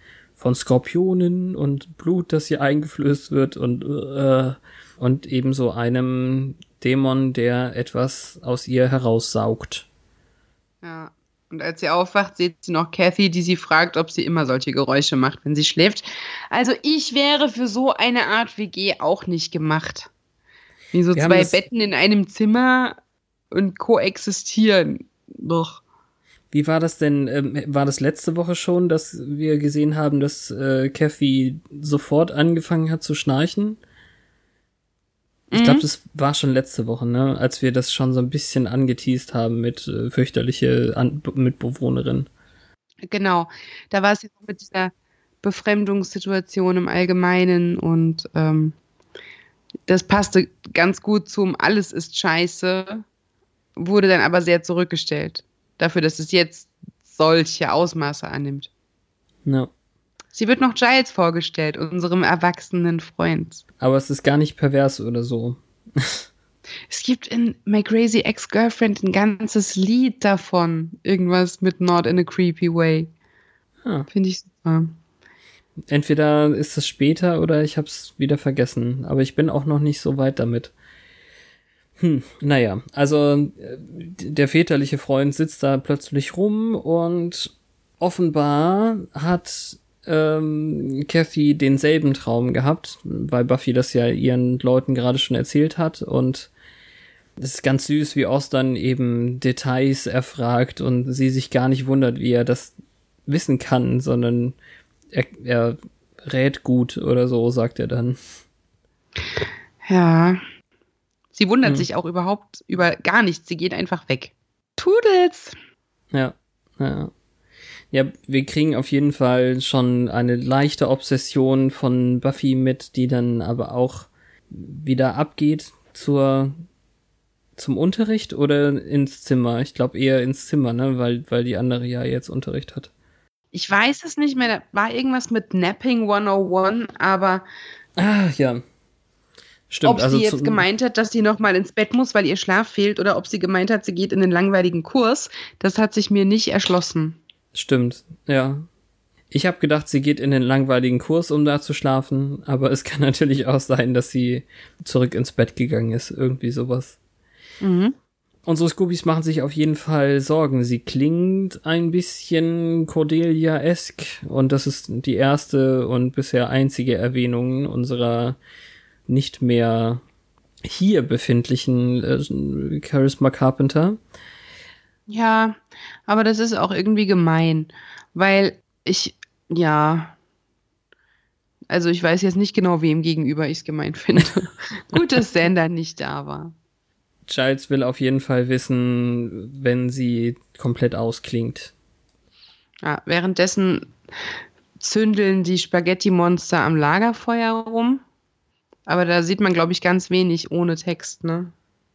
von Skorpionen und Blut, das ihr eingeflößt wird und äh, und ebenso einem Dämon, der etwas aus ihr heraussaugt. Ja, und als sie aufwacht, sieht sie noch Kathy, die sie fragt, ob sie immer solche Geräusche macht, wenn sie schläft. Also ich wäre für so eine Art W G auch nicht gemacht. Wie so Wir zwei Betten in einem Zimmer und koexistieren. Doch. Wie war das denn? Ähm, war das letzte Woche schon, dass wir gesehen haben, dass äh, Kathy sofort angefangen hat zu schnarchen? Ich glaube, das war schon letzte Woche, ne, als wir das schon so ein bisschen angeteast haben mit äh, fürchterliche An- Mitbewohnerin. Genau, da war es jetzt mit dieser Befremdungssituation im Allgemeinen und ähm, das passte ganz gut zum Alles ist scheiße, wurde dann aber sehr zurückgestellt. Dafür, dass es jetzt solche Ausmaße annimmt. Ja. Sie wird noch Giles vorgestellt, unserem erwachsenen Freund. Aber es ist gar nicht pervers oder so. Es gibt in My Crazy Ex-Girlfriend ein ganzes Lied davon. Irgendwas mit Not in a Creepy Way. Ah. Finde ich super. Entweder ist es später oder ich hab's wieder vergessen. Aber ich bin auch noch nicht so weit damit. Hm, naja, also äh, der väterliche Freund sitzt da plötzlich rum und offenbar hat ähm, Kathy denselben Traum gehabt, weil Buffy das ja ihren Leuten gerade schon erzählt hat und es ist ganz süß, wie Oz dann eben Details erfragt und sie sich gar nicht wundert, wie er das wissen kann, sondern er, er rät gut oder so, sagt er dann. Ja. Sie wundert Hm. sich auch überhaupt über gar nichts. Sie geht einfach weg. Toodles! Ja, ja. Ja, wir kriegen auf jeden Fall schon eine leichte Obsession von Buffy mit, die dann aber auch wieder abgeht zur zum Unterricht oder ins Zimmer. Ich glaube eher ins Zimmer, ne, weil weil die andere ja jetzt Unterricht hat. Ich weiß es nicht mehr. Da war irgendwas mit Napping hundertundeins, aber Ah, ja. Stimmt, ob also sie jetzt zu- gemeint hat, dass sie nochmal ins Bett muss, weil ihr Schlaf fehlt, oder ob sie gemeint hat, sie geht in den langweiligen Kurs, das hat sich mir nicht erschlossen. Stimmt, ja. Ich habe gedacht, sie geht in den langweiligen Kurs, um da zu schlafen, aber es kann natürlich auch sein, dass sie zurück ins Bett gegangen ist, irgendwie sowas. Mhm. Unsere Scoobies machen sich auf jeden Fall Sorgen. Sie klingt ein bisschen Cordelia-esque und das ist die erste und bisher einzige Erwähnung unserer nicht mehr hier befindlichen äh, Charisma Carpenter. Ja, aber das ist auch irgendwie gemein, weil ich, ja, also ich weiß jetzt nicht genau, wem gegenüber ich es gemein finde. Gut, dass Xander nicht da war. Giles will auf jeden Fall wissen, wenn sie komplett ausklingt. Ja, währenddessen zündeln die Spaghetti-Monster am Lagerfeuer rum, aber da sieht man, glaube ich, ganz wenig ohne Text, ne?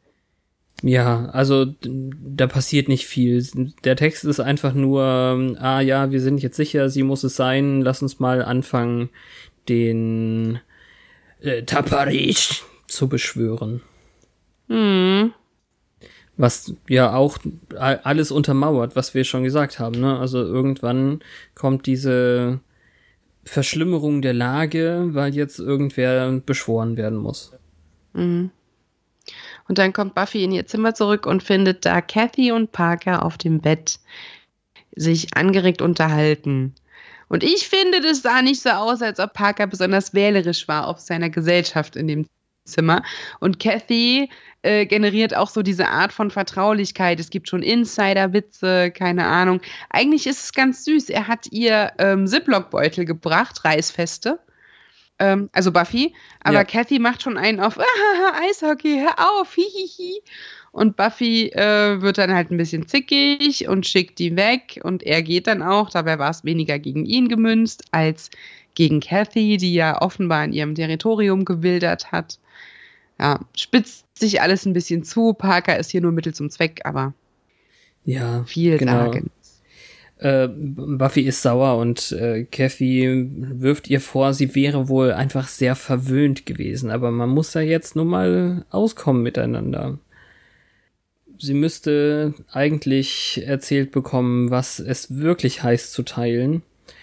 Ja, also d- da passiert nicht viel. Der Text ist einfach nur, ähm, ah ja, wir sind jetzt sicher, sie muss es sein, lass uns mal anfangen, den äh, Taparish zu beschwören. Hm. Was ja auch a- alles untermauert, was wir schon gesagt haben, ne? Also irgendwann kommt diese Verschlimmerung der Lage, weil jetzt irgendwer beschworen werden muss. Mhm. Und dann kommt Buffy in ihr Zimmer zurück und findet da Kathy und Parker auf dem Bett sich angeregt unterhalten. Und ich finde, das sah nicht so aus, als ob Parker besonders wählerisch war auf seiner Gesellschaft in dem Zimmer. Und Kathy äh, generiert auch so diese Art von Vertraulichkeit. Es gibt schon Insider-Witze, keine Ahnung. Eigentlich ist es ganz süß. Er hat ihr ähm, Ziploc-Beutel gebracht, Reißfeste. Ähm, also Buffy. Aber Ja. Kathy macht schon einen auf ah, Eishockey, hör auf, hihihi. Und Buffy äh, wird dann halt ein bisschen zickig und schickt die weg. Und er geht dann auch. Dabei war es weniger gegen ihn gemünzt als gegen Kathy, die ja offenbar in ihrem Territorium gewildert hat. Ja, spitzt sich alles ein bisschen zu. Parker ist hier nur Mittel zum Zweck, aber Ja, viel genau. sagen. Äh, Buffy ist sauer und äh, Kathy wirft ihr vor, sie wäre wohl einfach sehr verwöhnt gewesen. Aber man muss ja jetzt nun mal auskommen miteinander. Sie müsste eigentlich erzählt bekommen, was es wirklich heißt zu teilen.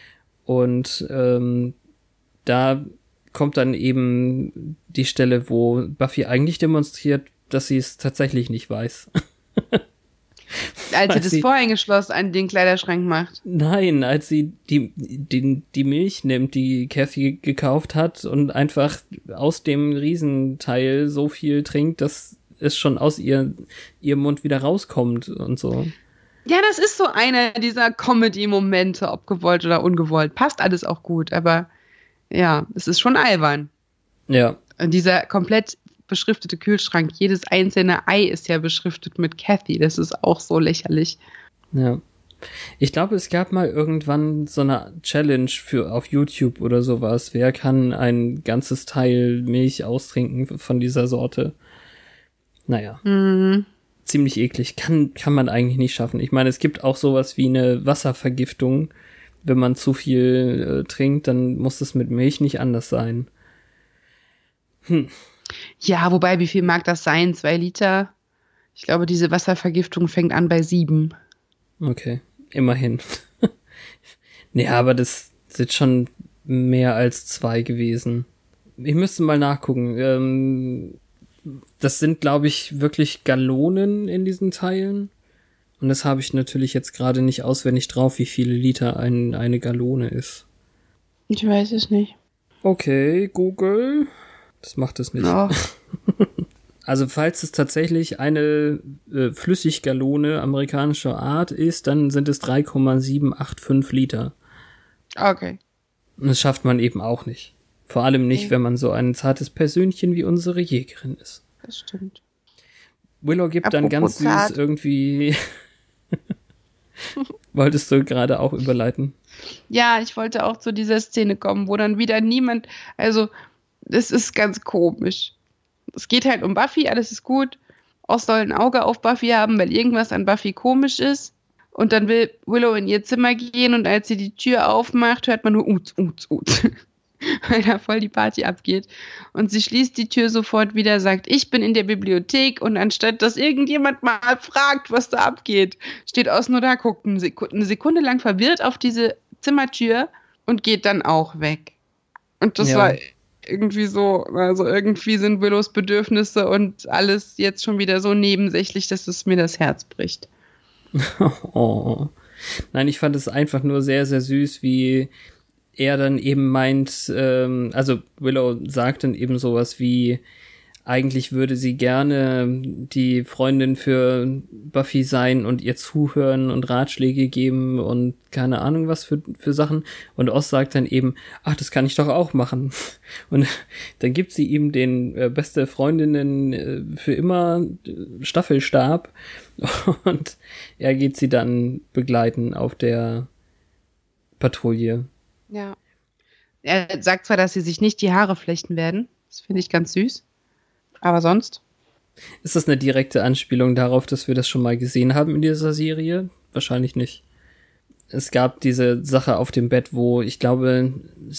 Und ähm, da kommt dann eben die Stelle, wo Buffy eigentlich demonstriert, dass sie es tatsächlich nicht weiß. Als sie Als das sie- Vorhängeschloss an den Kleiderschrank macht. Nein, als sie die, die, die Milch nimmt, die Kathy gekauft hat und einfach aus dem Riesenteil so viel trinkt, dass es schon aus ihr, ihrem Mund wieder rauskommt und so. Ja, das ist so einer dieser Comedy-Momente, ob gewollt oder ungewollt. Passt alles auch gut, aber ja, es ist schon albern. Ja, Und dieser komplett beschriftete Kühlschrank, jedes einzelne Ei ist ja beschriftet mit Kathy. Das ist auch so lächerlich. ja. Ich glaube, es gab mal irgendwann so eine Challenge für auf YouTube oder sowas. Wer kann ein ganzes Teil Milch austrinken von dieser Sorte? Naja. Mhm. Ziemlich eklig. Kann, kann man eigentlich nicht schaffen. Ich meine, es gibt auch sowas wie eine Wasservergiftung. Wenn man zu viel äh, trinkt, dann muss es mit Milch nicht anders sein. Hm. Ja, wobei, wie viel mag das sein? Zwei Liter? Ich glaube, diese Wasservergiftung fängt an bei sieben. Okay, immerhin. Nee, aber das sind schon mehr als zwei gewesen. Ich müsste mal nachgucken. Ähm, das sind, glaube ich, wirklich Gallonen in diesen Teilen. Und das habe ich natürlich jetzt gerade nicht auswendig drauf, wie viele Liter ein, eine Gallone ist. Ich weiß es nicht. Okay, Google. Das macht es nicht. Oh. Also falls es tatsächlich eine äh, Flüssiggallone amerikanischer Art ist, dann sind es drei Komma sieben acht fünf Liter. Okay. Und das schafft man eben auch nicht. Vor allem nicht, Okay. wenn man so ein zartes Persönchen wie unsere Jägerin ist. Das stimmt. Willow gibt dann ganz Apropos zart. süß irgendwie... Wolltest du gerade auch überleiten? Ja, ich wollte auch zu dieser Szene kommen, wo dann wieder niemand, also das ist ganz komisch. Es geht halt um Buffy, alles ist gut. Oz soll ein Auge auf Buffy haben, weil irgendwas an Buffy komisch ist. Und dann will Willow in ihr Zimmer gehen und als sie die Tür aufmacht, hört man nur Uts, Uts, Uts. Weil da voll die Party abgeht. Und sie schließt die Tür sofort wieder, sagt, ich bin in der Bibliothek und anstatt, dass irgendjemand mal fragt, was da abgeht, steht Oz nur da, guckt eine Sekunde, eine Sekunde lang verwirrt auf diese Zimmertür und geht dann auch weg. Und das Ja. war irgendwie so, also irgendwie sind Willows Bedürfnisse und alles jetzt schon wieder so nebensächlich, dass es mir das Herz bricht. Oh. Nein, ich fand es einfach nur sehr, sehr süß, wie er dann eben meint, ähm, also Willow sagt dann eben sowas wie, eigentlich würde sie gerne die Freundin für Buffy sein und ihr zuhören und Ratschläge geben und keine Ahnung was für, für Sachen. Und Oz sagt dann eben, ach, das kann ich doch auch machen. Und dann gibt sie ihm den äh, beste Freundinnen äh, für immer äh, Staffelstab und er geht sie dann begleiten auf der Patrouille. Ja. Er sagt zwar, dass sie sich nicht die Haare flechten werden. Das finde ich ganz süß. Aber sonst? Ist das eine direkte Anspielung darauf, dass wir das schon mal gesehen haben in dieser Serie? Wahrscheinlich nicht. Es gab diese Sache auf dem Bett, wo ich glaube,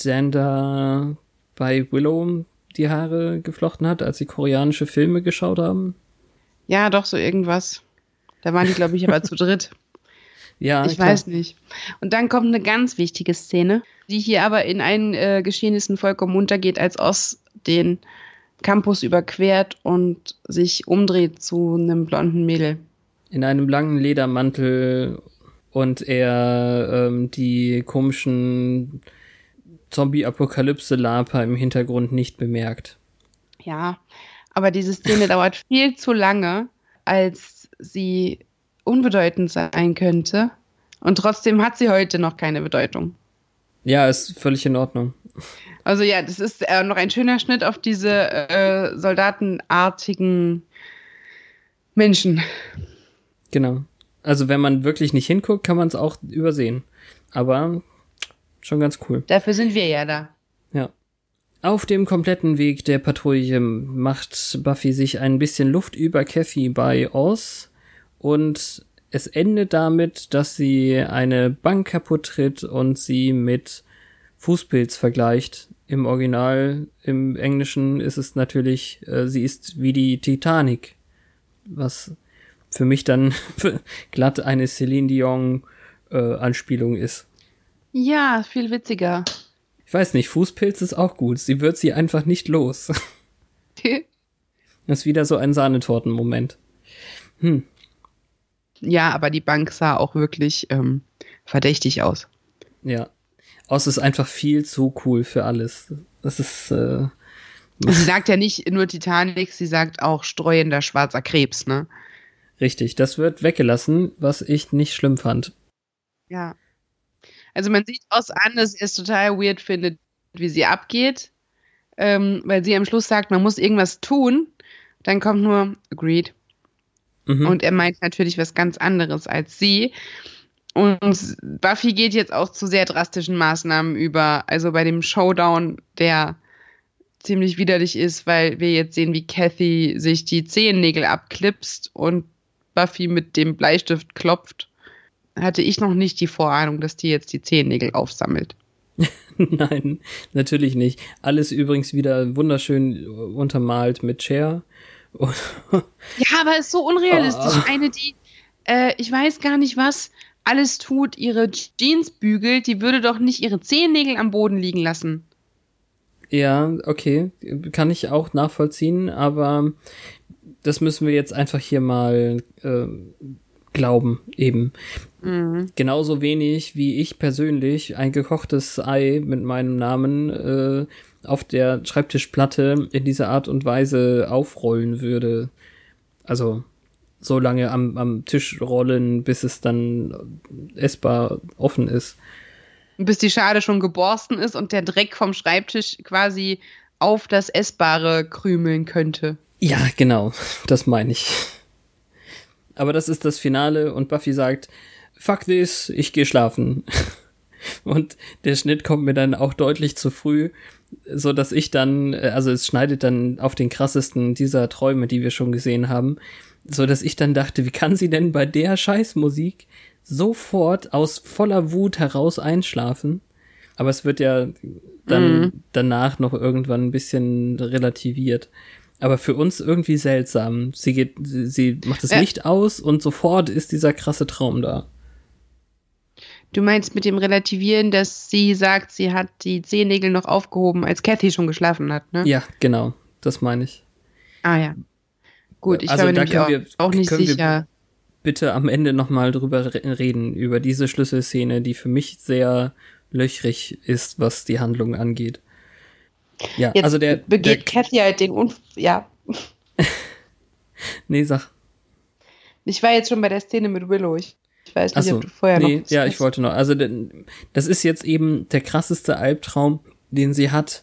Xander bei Willow die Haare geflochten hat, als sie koreanische Filme geschaut haben. Ja, doch, so irgendwas. Da waren die, glaube ich, aber zu dritt. Ja, Ich klar. weiß nicht. Und dann kommt eine ganz wichtige Szene, die hier aber in allen äh, Geschehnissen vollkommen untergeht, als Oz den Campus überquert und sich umdreht zu einem blonden Mädel. In einem langen Ledermantel und er ähm, die komischen Zombie-Apokalypse-Laper im Hintergrund nicht bemerkt. Ja, aber diese Szene dauert viel zu lange, als sie unbedeutend sein könnte. Und trotzdem hat sie heute noch keine Bedeutung. Ja, ist völlig in Ordnung. Also ja, das ist äh, noch ein schöner Schnitt auf diese äh, soldatenartigen Menschen. Genau. Also wenn man wirklich nicht hinguckt, kann man es auch übersehen. Aber schon ganz cool. Dafür sind wir ja da. Ja. Auf dem kompletten Weg der Patrouille macht Buffy sich ein bisschen Luft über Kathy bei Oz und es endet damit, dass sie eine Bank kaputt tritt und sie mit Fußpilz vergleicht. Im Original, im Englischen ist es natürlich, äh, sie ist wie die Titanic, was für mich dann glatt eine Celine Dion äh, Anspielung ist. Ja, viel witziger. Ich weiß nicht, Fußpilz ist auch gut. Sie wird sie einfach nicht los. Das ist wieder so ein Sahnetorten-Moment. Hm. Ja, aber die Bank sah auch wirklich ähm, verdächtig aus. Ja. Außer es ist einfach viel zu cool für alles. Das ist, äh... Sie sagt ja nicht nur Titanic, sie sagt auch streuender schwarzer Krebs, ne? Richtig, das wird weggelassen, was ich nicht schlimm fand. Ja. Also man sieht aus an, dass er es total weird findet, wie sie abgeht, ähm, weil sie am Schluss sagt, man muss irgendwas tun. Dann kommt nur agreed. Mhm. Und er meint natürlich was ganz anderes als sie. Und Buffy geht jetzt auch zu sehr drastischen Maßnahmen über. Also bei dem Showdown, der ziemlich widerlich ist, weil wir jetzt sehen, wie Kathy sich die Zehennägel abklipst und Buffy mit dem Bleistift klopft, hatte ich noch nicht die Vorahnung, dass die jetzt die Zehennägel aufsammelt. Nein, natürlich nicht. Alles übrigens wieder wunderschön untermalt mit Cher. Ja, aber ist so unrealistisch. Oh. Eine, die, äh, ich weiß gar nicht was, alles tut, ihre Jeans bügelt, die würde doch nicht ihre Zehennägel am Boden liegen lassen. Ja, okay, kann ich auch nachvollziehen, aber das müssen wir jetzt einfach hier mal äh, glauben, eben. Mhm. Genauso wenig wie ich persönlich ein gekochtes Ei mit meinem Namen äh, auf der Schreibtischplatte in dieser Art und Weise aufrollen würde. Also so lange am, am Tisch rollen, bis es dann essbar offen ist. Bis die Schale schon geborsten ist und der Dreck vom Schreibtisch quasi auf das Essbare krümeln könnte. Ja, genau, das meine ich. Aber das ist das Finale und Buffy sagt, fuck this, ich gehe schlafen. Und der Schnitt kommt mir dann auch deutlich zu früh, so dass ich dann, also es schneidet dann auf den krassesten dieser Träume, die wir schon gesehen haben, so dass ich dann dachte, wie kann sie denn bei der Scheißmusik sofort aus voller Wut heraus einschlafen? Aber es wird ja dann mhm. danach noch irgendwann ein bisschen relativiert. Aber für uns irgendwie seltsam. Sie geht, sie, sie macht das ja. Licht aus und sofort ist dieser krasse Traum da. Du meinst mit dem Relativieren, dass sie sagt, sie hat die Zehennägel noch aufgehoben, als Kathy schon geschlafen hat, ne? Ja, genau. Das meine ich. Ah ja. Gut, ich also, war mir da nämlich auch, wir, auch nicht sicher. Wir bitte am Ende nochmal drüber reden, über diese Schlüsselszene, die für mich sehr löchrig ist, was die Handlung angeht. Ja, Jetzt also der begeht der, Kathy halt den Unfall, ja. Nee, sag. Ich war jetzt schon bei der Szene mit Willow. Ich, ich weiß nicht, Ach so, ob du vorher nee, noch... Ja, ich wollte noch. Also das ist jetzt eben der krasseste Albtraum, den sie hat,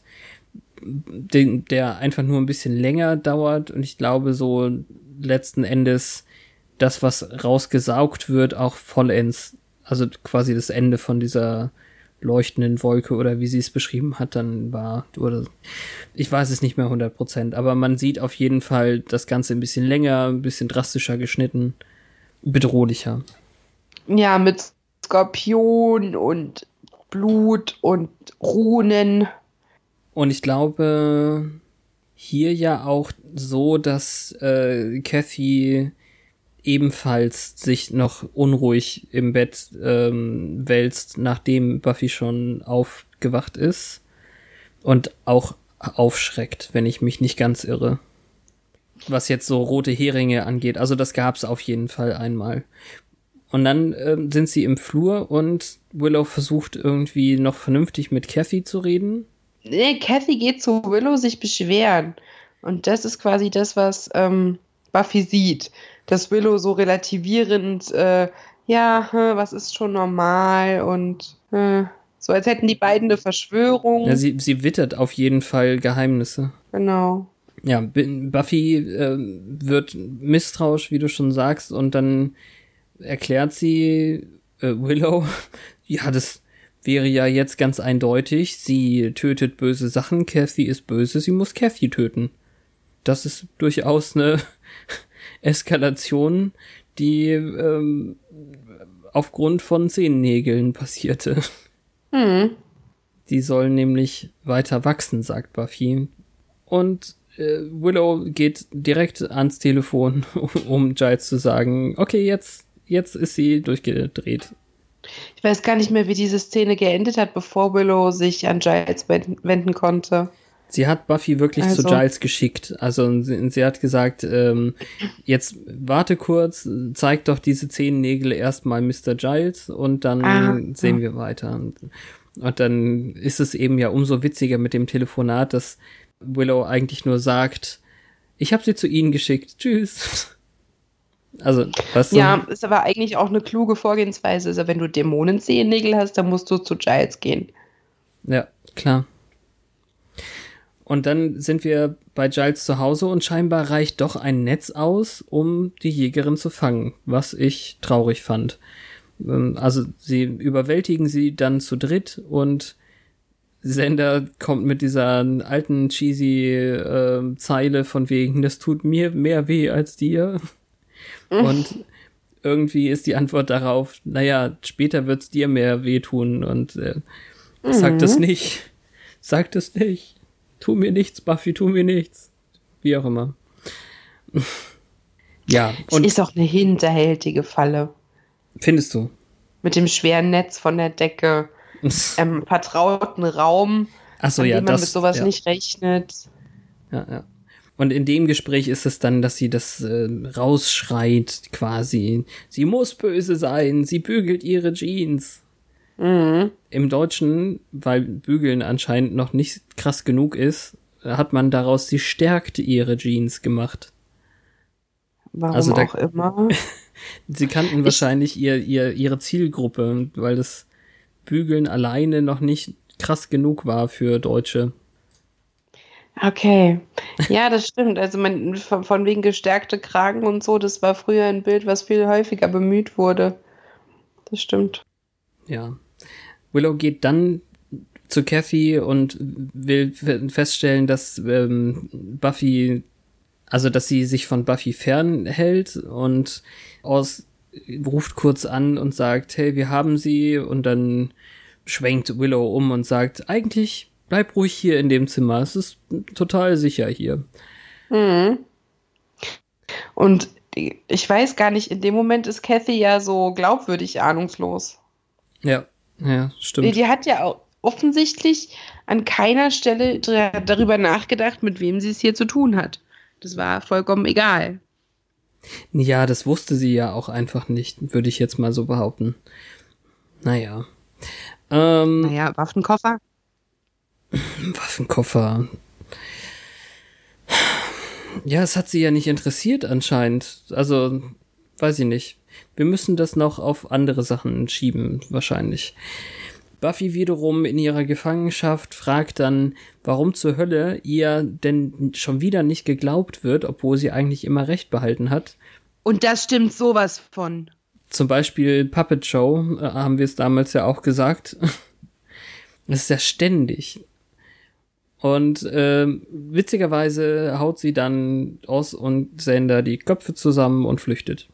den, der einfach nur ein bisschen länger dauert und ich glaube so letzten Endes das, was rausgesaugt wird, auch vollends, also quasi das Ende von dieser leuchtenden Wolke oder wie sie es beschrieben hat, dann war, oder ich weiß es nicht mehr hundert Prozent, aber man sieht auf jeden Fall das Ganze ein bisschen länger, ein bisschen drastischer geschnitten, bedrohlicher. Ja, mit Skorpion und Blut und Runen. Und ich glaube, hier ja auch so, dass äh, Kathy ebenfalls sich noch unruhig im Bett ähm, wälzt, nachdem Buffy schon aufgewacht ist und auch aufschreckt, wenn ich mich nicht ganz irre. Was jetzt so rote Heringe angeht, also das gab's auf jeden Fall einmal. Und dann ähm, sind sie im Flur und Willow versucht irgendwie noch vernünftig mit Kathy zu reden. Nee, Kathy geht zu Willow sich beschweren. Und das ist quasi das, was ähm, Buffy sieht. Dass Willow so relativierend, äh, ja, was ist schon normal und äh, so, als hätten die beiden eine Verschwörung. Ja, sie, sie wittert auf jeden Fall Geheimnisse. Genau. Ja, Buffy äh, wird misstrauisch, wie du schon sagst, und dann erklärt sie äh, Willow, ja, das wäre ja jetzt ganz eindeutig, sie tötet böse Sachen, Kathy ist böse, sie muss Kathy töten. Das ist durchaus eine Eskalation, die ähm, aufgrund von Zehennägeln passierte. Hm. Die sollen nämlich weiter wachsen, sagt Buffy. Und äh, Willow geht direkt ans Telefon, um Giles zu sagen, okay, jetzt, jetzt ist sie durchgedreht. Ich weiß gar nicht mehr, wie diese Szene geendet hat, bevor Willow sich an Giles wenden konnte. Sie hat Buffy wirklich also. zu Giles geschickt. Also sie, sie hat gesagt, ähm, jetzt warte kurz, zeig doch diese Zehennägel erstmal Mister Giles und dann ah, sehen ja. wir weiter. Und, und dann ist es eben ja umso witziger mit dem Telefonat, dass Willow eigentlich nur sagt, ich habe sie zu Ihnen geschickt, tschüss. Also, weißt du? Ja, ist aber eigentlich auch eine kluge Vorgehensweise. Also wenn du Dämonenzehennägel hast, dann musst du zu Giles gehen. Ja, klar. Und dann sind wir bei Giles zu Hause und scheinbar reicht doch ein Netz aus, um die Jägerin zu fangen, was ich traurig fand. Also sie überwältigen sie dann zu dritt und Xander kommt mit dieser alten cheesy äh, Zeile von wegen, das tut mir mehr weh als dir. Und irgendwie ist die Antwort darauf, naja, später wird's dir mehr wehtun und äh, mhm. sag das nicht. Sag das nicht. Tu mir nichts, Buffy, tu mir nichts. Wie auch immer. Ja. Und es ist auch eine hinterhältige Falle. Findest du? Mit dem schweren Netz von der Decke, ähm, vertrauten Raum, Ach so, an ja, dem man das, mit sowas ja. nicht rechnet. Ja, ja. Und in dem Gespräch ist es dann, dass sie das äh, rausschreit quasi. Sie muss böse sein, sie bügelt ihre Jeans. Mhm. Im Deutschen, weil Bügeln anscheinend noch nicht krass genug ist, hat man daraus, sie stärkt ihre Jeans gemacht. Warum also da, auch immer. Sie kannten ich, wahrscheinlich ihr, ihr, ihre Zielgruppe, weil das Bügeln alleine noch nicht krass genug war für Deutsche. Okay. Ja, das stimmt. Also man, von, von wegen gestärkte Kragen und so, das war früher ein Bild, was viel häufiger bemüht wurde. Das stimmt. Ja. Willow geht dann zu Kathy und will feststellen, dass ähm, Buffy, also dass sie sich von Buffy fernhält und Oz ruft kurz an und sagt, hey, wir haben sie, und dann schwenkt Willow um und sagt, eigentlich bleib ruhig hier in dem Zimmer, es ist total sicher hier. Mhm. Und ich weiß gar nicht, in dem Moment ist Kathy ja so glaubwürdig ahnungslos. Ja, ja, stimmt. Die, die hat ja auch offensichtlich an keiner Stelle dr- darüber nachgedacht, mit wem sie es hier zu tun hat. Das war vollkommen egal. Ja, das wusste sie ja auch einfach nicht, würde ich jetzt mal so behaupten. Naja. Ähm, naja, Waffenkoffer? Waffenkoffer. Ja, es hat sie ja nicht interessiert anscheinend. Also, weiß ich nicht. Wir müssen das noch auf andere Sachen schieben, wahrscheinlich. Buffy wiederum in ihrer Gefangenschaft fragt dann, warum zur Hölle ihr denn schon wieder nicht geglaubt wird, obwohl sie eigentlich immer recht behalten hat. Und das stimmt sowas von. Zum Beispiel Puppet Show, äh, haben wir es damals ja auch gesagt. Das ist ja ständig. Und äh, witzigerweise haut sie dann Oz und Xander die Köpfe zusammen und flüchtet.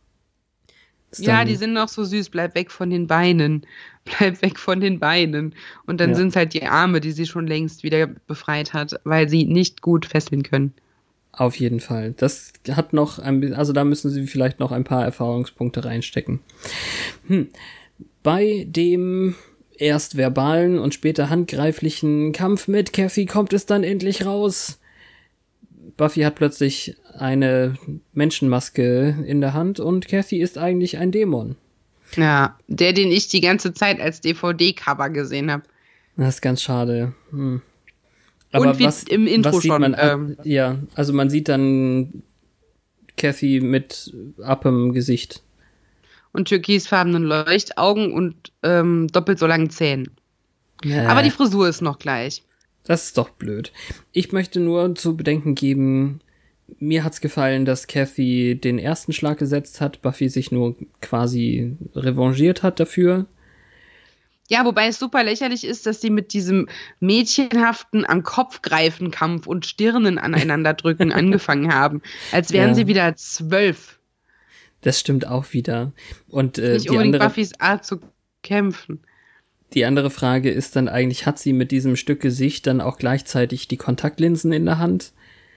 Ja, die sind noch so süß. Bleib weg von den Beinen. Bleib weg von den Beinen. Und dann ja. sind es halt die Arme, die sie schon längst wieder befreit hat, weil sie nicht gut fesseln können. Auf jeden Fall. Das hat noch ein, also da müssen sie vielleicht noch ein paar Erfahrungspunkte reinstecken. Hm. Bei dem erst verbalen und später handgreiflichen Kampf mit Kathy kommt es dann endlich raus. Buffy hat plötzlich eine Menschenmaske in der Hand und Kathy ist eigentlich ein Dämon. Ja, der, den ich die ganze Zeit als D V D-Cover gesehen habe. Das ist ganz schade. Hm. Aber und wie was, im Intro was sieht schon. Man, Ähm, ja, also man sieht dann Kathy mit Appem Gesicht. Und türkisfarbenen Leuchtaugen und ähm, doppelt so langen Zähnen. Nee. Aber die Frisur ist noch gleich. Das ist doch blöd. Ich möchte nur zu bedenken geben, mir hat's gefallen, dass Kathy den ersten Schlag gesetzt hat, Buffy sich nur quasi revanchiert hat dafür. Ja, wobei es super lächerlich ist, dass die mit diesem mädchenhaften an Kopf greifen Kampf und Stirnen aneinander drücken angefangen haben. Als wären ja. sie wieder zwölf. Das stimmt auch wieder. Und äh, nicht die unbedingt andere, Buffys Art zu kämpfen. Die andere Frage ist dann eigentlich, hat sie mit diesem Stück Gesicht dann auch gleichzeitig die Kontaktlinsen in der Hand?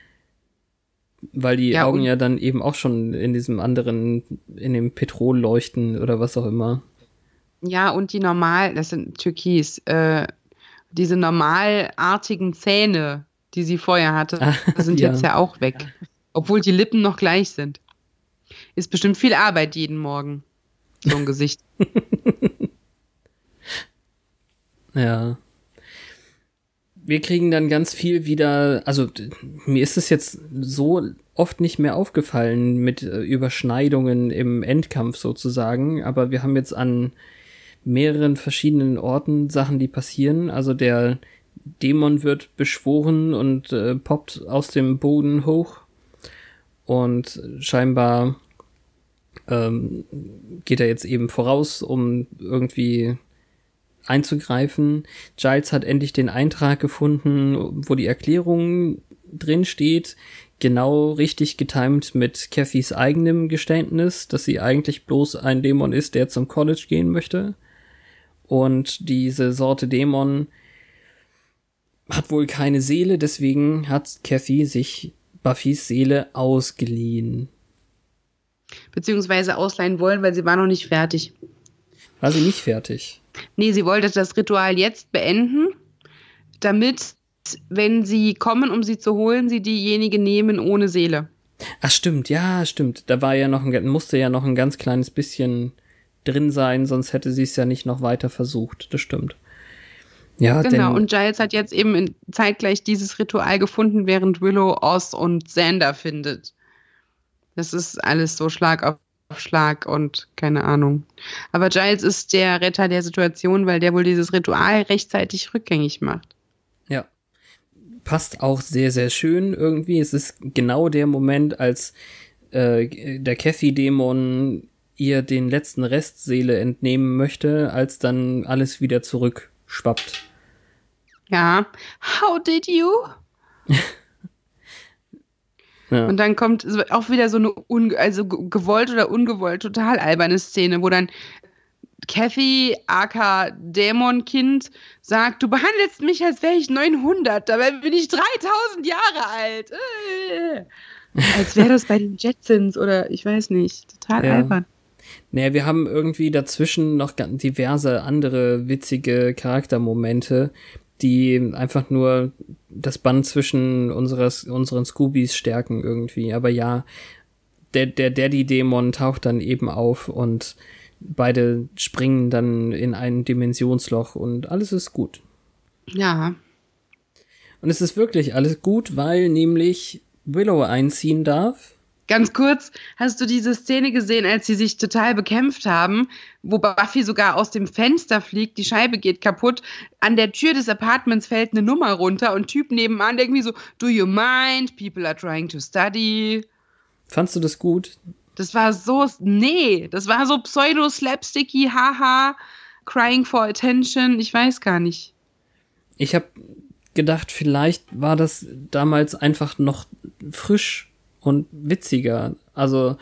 Weil die ja, Augen ja dann eben auch schon in diesem anderen, in dem Petrol leuchten oder was auch immer. Ja, und die normal, das sind Türkis, äh, diese normalartigen Zähne, die sie vorher hatte, Ah, sind ja. jetzt ja auch weg. Obwohl die Lippen noch gleich sind. Ist bestimmt viel Arbeit jeden Morgen. So ein Gesicht. Ja. Wir kriegen dann ganz viel wieder, also d- mir ist es jetzt so oft nicht mehr aufgefallen mit äh, Überschneidungen im Endkampf sozusagen, aber wir haben jetzt an mehreren verschiedenen Orten Sachen, die passieren. Also der Dämon wird beschworen und äh, poppt aus dem Boden hoch und scheinbar ähm, geht er jetzt eben voraus, um irgendwie einzugreifen. Giles hat endlich den Eintrag gefunden, wo die Erklärung drin steht, genau richtig getimt mit Cathys eigenem Geständnis, dass sie eigentlich bloß ein Dämon ist, der zum College gehen möchte. Und diese Sorte Dämon hat wohl keine Seele, deswegen hat Cathy sich Buffys Seele ausgeliehen. Beziehungsweise ausleihen wollen, weil sie war noch nicht fertig. War sie nicht fertig? Nee, sie wollte das Ritual jetzt beenden, damit, wenn sie kommen, um sie zu holen, sie diejenige nehmen ohne Seele. Ach stimmt, ja, stimmt. Da war ja noch ein, musste ja noch ein ganz kleines bisschen drin sein, sonst hätte sie es ja nicht noch weiter versucht. Das stimmt. Ja, Genau, denn, und Giles hat jetzt eben in, zeitgleich dieses Ritual gefunden, während Willow, Oz und Xander findet. Das ist alles so Schlag auf Schlag und keine Ahnung. Aber Giles ist der Retter der Situation, weil der wohl dieses Ritual rechtzeitig rückgängig macht. ja. Passt auch sehr, sehr schön irgendwie. Es ist genau der Moment, als äh, der Cathy-Dämon ihr den letzten Rest Seele entnehmen möchte, als dann alles wieder zurückschwappt. Ja, how did you? Ja. Und dann kommt so auch wieder so eine un also ge- gewollt oder ungewollt total alberne Szene, wo dann Cathy, aka Dämonkind, sagt, du behandelst mich, als wäre ich neunhundert, dabei bin ich dreitausend Jahre alt. Äh. Als wäre das bei den Jetsons oder ich weiß nicht, total Ja. albern. Naja, wir haben irgendwie dazwischen noch ganz diverse andere witzige Charaktermomente, die einfach nur das Band zwischen unseres, unseren Scoobies stärken irgendwie. Aber ja, der, der Daddy-Dämon taucht dann eben auf und beide springen dann in ein Dimensionsloch und alles ist gut. Ja, Und es ist wirklich alles gut, weil nämlich Willow einziehen darf. ganz kurz, hast du diese Szene gesehen, als sie sich total bekämpft haben, wo Buffy sogar aus dem Fenster fliegt, die Scheibe geht kaputt, an der Tür des Apartments fällt eine Nummer runter und Typ nebenan, der irgendwie so, do you mind? People are trying to study. Fandst du das gut? Das war so, nee, das war so pseudo-slapsticky, haha, crying for attention, ich weiß gar nicht. Ich habe gedacht, vielleicht war das damals einfach noch frisch und witziger. Also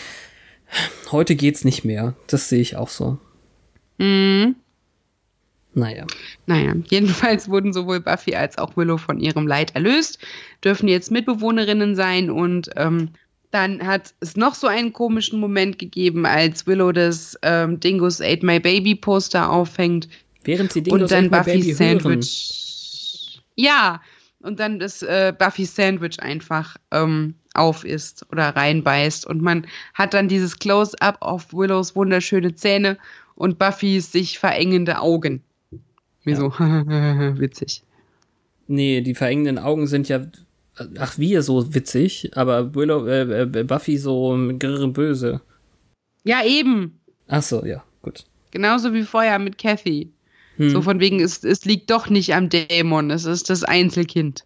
heute geht's nicht mehr. Das sehe ich auch so. Mhm. Naja. Naja, jedenfalls wurden sowohl Buffy als auch Willow von ihrem Leid erlöst, dürfen jetzt Mitbewohnerinnen sein und ähm, dann hat es noch so einen komischen Moment gegeben, als Willow das ähm, Dingo's Ate My Baby Poster aufhängt Während sie und Dingo's dann Ate My Buffy's Baby hören. Sandwich. Ja, und dann das äh, Buffy's Sandwich einfach ähm, aufisst oder reinbeißt. Und man hat dann dieses Close-up auf Willows wunderschöne Zähne und Buffys sich verengende Augen. Wie so, witzig. Nee, die verengenden Augen sind ja, ach, wir so witzig, aber Willow, äh, äh, Buffy so grrr böse. Ja, eben. Ach so, ja, gut. Genauso wie vorher mit Cathy. Hm. So von wegen, es, es liegt doch nicht am Dämon, es ist das Einzelkind.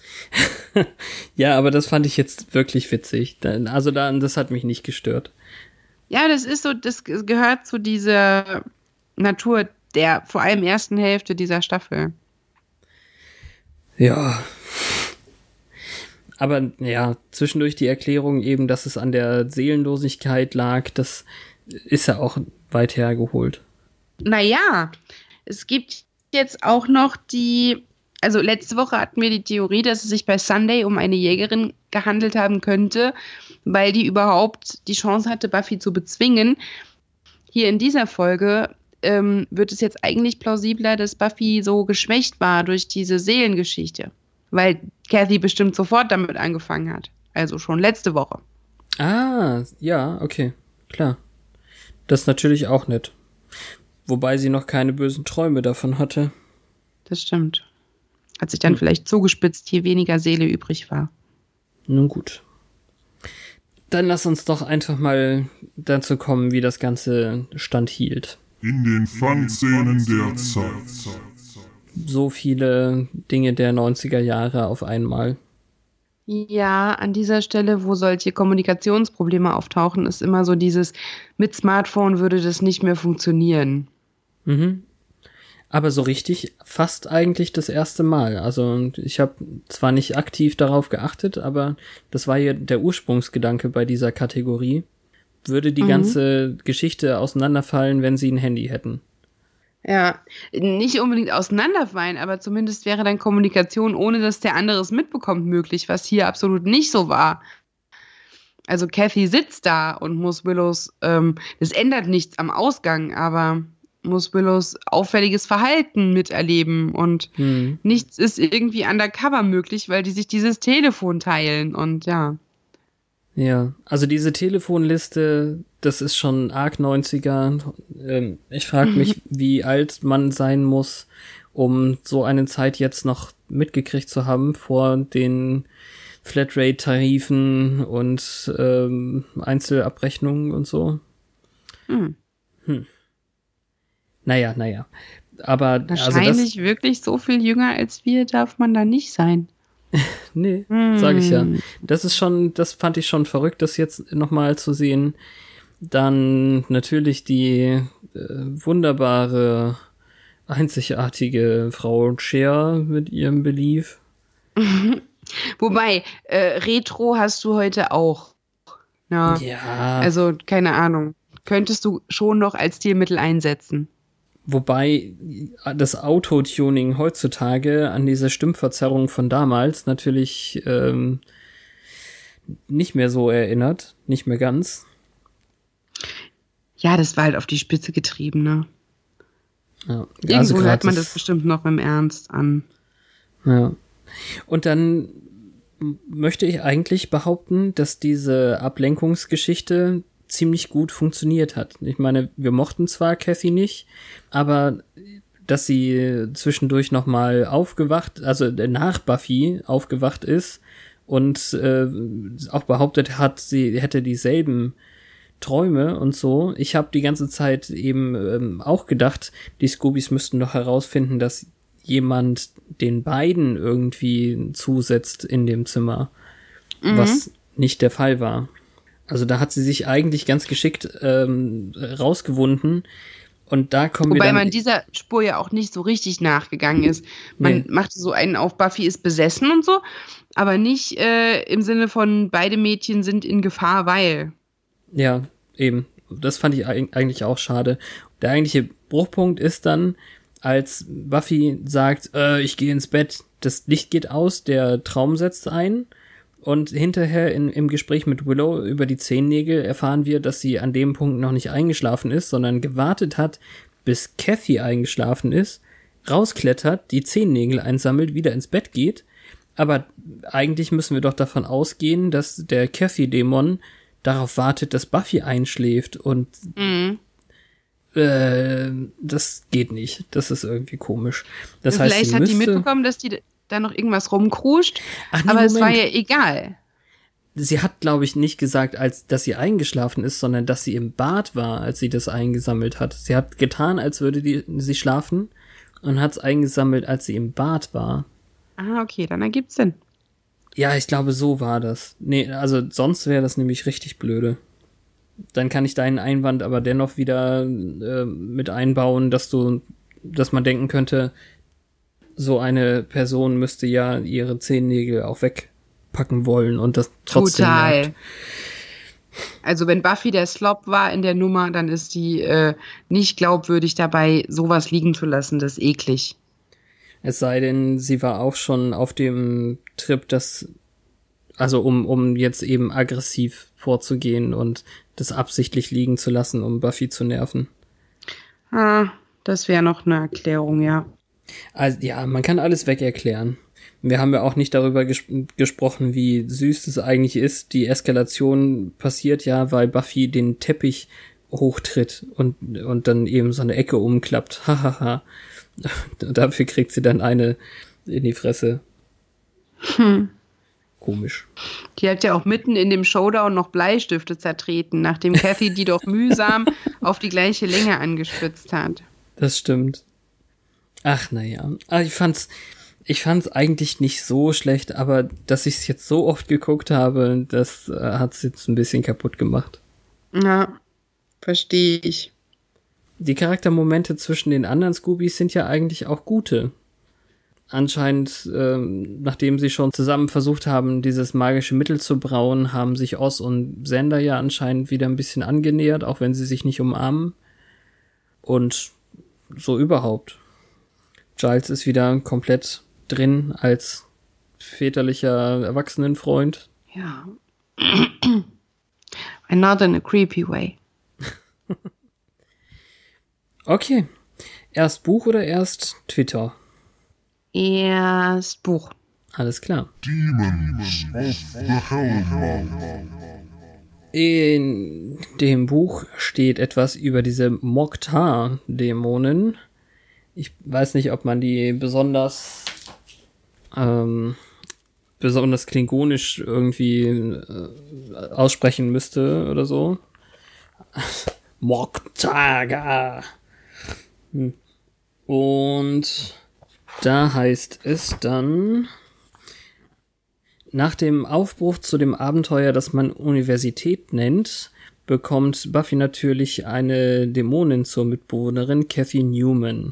Ja, aber das fand ich jetzt wirklich witzig. Also da, das hat mich nicht gestört. Ja, das ist so, das gehört zu dieser Natur der vor allem ersten Hälfte dieser Staffel. Ja. Aber ja, zwischendurch die Erklärung eben, dass es an der Seelenlosigkeit lag, das ist ja auch weit hergeholt. Naja, es gibt jetzt auch noch die, also letzte Woche hatten wir die Theorie, dass es sich bei Sunday um eine Jägerin gehandelt haben könnte, weil die überhaupt die Chance hatte, Buffy zu bezwingen. Hier in dieser Folge ähm, wird es jetzt eigentlich plausibler, dass Buffy so geschwächt war durch diese Seelengeschichte. Weil Kathy bestimmt sofort damit angefangen hat. Also schon letzte Woche. Ah, ja, okay, klar. Das ist natürlich auch nett. Wobei sie noch keine bösen Träume davon hatte. Das stimmt. Hat sich dann hm. vielleicht zugespitzt, je weniger Seele übrig war. Nun gut. Dann lass uns doch einfach mal dazu kommen, wie das Ganze standhielt. In den Fangszenen der Zeit. So viele Dinge der neunziger Jahre auf einmal. Ja, an dieser Stelle, wo solche Kommunikationsprobleme auftauchen, ist immer so dieses, mit Smartphone würde das nicht mehr funktionieren. Mhm. Aber so richtig fast eigentlich das erste Mal. Also ich habe zwar nicht aktiv darauf geachtet, aber das war ja der Ursprungsgedanke bei dieser Kategorie. Würde die mhm. ganze Geschichte auseinanderfallen, wenn sie ein Handy hätten. Ja, nicht unbedingt auseinanderfallen, aber zumindest wäre dann Kommunikation, ohne dass der andere es mitbekommt, möglich, was hier absolut nicht so war. Also Kathy sitzt da und muss Willows, ähm, das ändert nichts am Ausgang, aber muss Willows auffälliges Verhalten miterleben und hm. nichts ist irgendwie undercover möglich, weil die sich dieses Telefon teilen und ja. Ja, also diese Telefonliste, das ist schon arg neunziger. Ähm, ich frage mich, wie alt man sein muss, um so eine Zeit jetzt noch mitgekriegt zu haben vor den Flatrate-Tarifen und ähm, Einzelabrechnungen und so. Hm. Hm. Naja, naja. Aber wahrscheinlich also das, wirklich so viel jünger als wir darf man da nicht sein. Nee, mm. sage ich ja. Das ist schon, das fand ich schon verrückt, das jetzt nochmal zu sehen. Dann natürlich die äh, wunderbare, einzigartige Frau Cher mit ihrem Belief. Wobei, äh, Retro hast du heute auch. Ja. ja. Also, keine Ahnung. Könntest du schon noch als Stilmittel einsetzen. Wobei das Autotuning heutzutage an diese Stimmverzerrung von damals natürlich ähm, nicht mehr so erinnert. Nicht mehr ganz. Ja, das war halt auf die Spitze getrieben, ne? Ja, Irgendwo also hört man das bestimmt noch im Ernst an. Ja. Und dann möchte ich eigentlich behaupten, dass diese Ablenkungsgeschichte ziemlich gut funktioniert hat. Ich meine, wir mochten zwar Kathy nicht, aber dass sie zwischendurch nochmal aufgewacht, also nach Buffy aufgewacht ist und äh, auch behauptet hat, sie hätte dieselben Träume und so. Ich habe die ganze Zeit eben ähm, auch gedacht, die Scoobies müssten doch herausfinden, dass jemand den beiden irgendwie zusetzt in dem Zimmer, mhm. was nicht der Fall war. Also da hat sie sich eigentlich ganz geschickt ähm, rausgewunden und da kommen Wobei wir dann... man dieser Spur ja auch nicht so richtig nachgegangen ist. Man nee. machte so einen auf, Buffy ist besessen und so, aber nicht äh, im Sinne von beide Mädchen sind in Gefahr, weil... Ja, eben. Das fand ich eigentlich auch schade. Der eigentliche Bruchpunkt ist dann, als Buffy sagt, äh, ich gehe ins Bett, das Licht geht aus, der Traum setzt ein. Und hinterher in, im Gespräch mit Willow über die Zehennägel erfahren wir, dass sie an dem Punkt noch nicht eingeschlafen ist, sondern gewartet hat, bis Kathy eingeschlafen ist, rausklettert, die Zehennägel einsammelt, wieder ins Bett geht. Aber eigentlich müssen wir doch davon ausgehen, dass der Kathy-Dämon darauf wartet, dass Buffy einschläft. Und mhm. äh, das geht nicht. Das ist irgendwie komisch. Das ja, heißt, vielleicht sie hat müsste die mitbekommen, dass die da noch irgendwas rumkruscht, Ach, nee, aber Moment. es war ja egal. Sie hat, glaube ich, nicht gesagt, als dass sie eingeschlafen ist, sondern dass sie im Bad war, als sie das eingesammelt hat. Sie hat getan, als würde die, sie schlafen und hat es eingesammelt, als sie im Bad war. Ah, okay, dann ergibt's Sinn. Ja, ich glaube, so war das. Nee, also sonst wäre das nämlich richtig blöde. Dann kann ich deinen Einwand aber dennoch wieder äh, mit einbauen, dass du, dass man denken könnte, so eine Person müsste ja ihre Zehennägel auch wegpacken wollen und das trotzdem Total. merkt. Also wenn Buffy der Slop war in der Nummer, dann ist die äh, nicht glaubwürdig dabei, sowas liegen zu lassen. Das ist eklig. Es sei denn, sie war auch schon auf dem Trip, das, also um, um jetzt eben aggressiv vorzugehen und das absichtlich liegen zu lassen, um Buffy zu nerven. Ah, das wäre noch eine Erklärung, ja. Also ja, man kann alles wegerklären. Wir haben ja auch nicht darüber ges- gesprochen, wie süß es eigentlich ist. Die Eskalation passiert ja, weil Buffy den Teppich hochtritt und, und dann eben so eine Ecke umklappt. Hahaha. Dafür kriegt sie dann eine in die Fresse. Hm. Komisch. Die hat ja auch mitten in dem Showdown noch Bleistifte zertreten, nachdem Kathy die doch mühsam auf die gleiche Länge angespitzt hat. Das stimmt. Ach, naja. Ah, ich fand's, ich fand's eigentlich nicht so schlecht, aber dass ich es jetzt so oft geguckt habe, das äh, hat's jetzt ein bisschen kaputt gemacht. Ja, verstehe ich. Die Charaktermomente zwischen den anderen Scoobies sind ja eigentlich auch gute. Anscheinend, ähm, nachdem sie schon zusammen versucht haben, dieses magische Mittel zu brauen, haben sich Oz und Xander ja anscheinend wieder ein bisschen angenähert, auch wenn sie sich nicht umarmen. Und so überhaupt. Giles ist wieder komplett drin als väterlicher Erwachsenenfreund. Ja. And not in a creepy way. Okay. Erst Buch oder erst Twitter? Erst Buch. Alles klar. Demons of the Hellmouth. In dem Buch steht etwas über diese Mokhtar-Dämonen. Ich weiß nicht, ob man die besonders ähm, besonders klingonisch irgendwie äh, aussprechen müsste oder so. Mokhtar. Hm. Und da heißt es dann: Nach dem Aufbruch zu dem Abenteuer, das man Universität nennt, bekommt Buffy natürlich eine Dämonin zur Mitbewohnerin, Kathy Newman.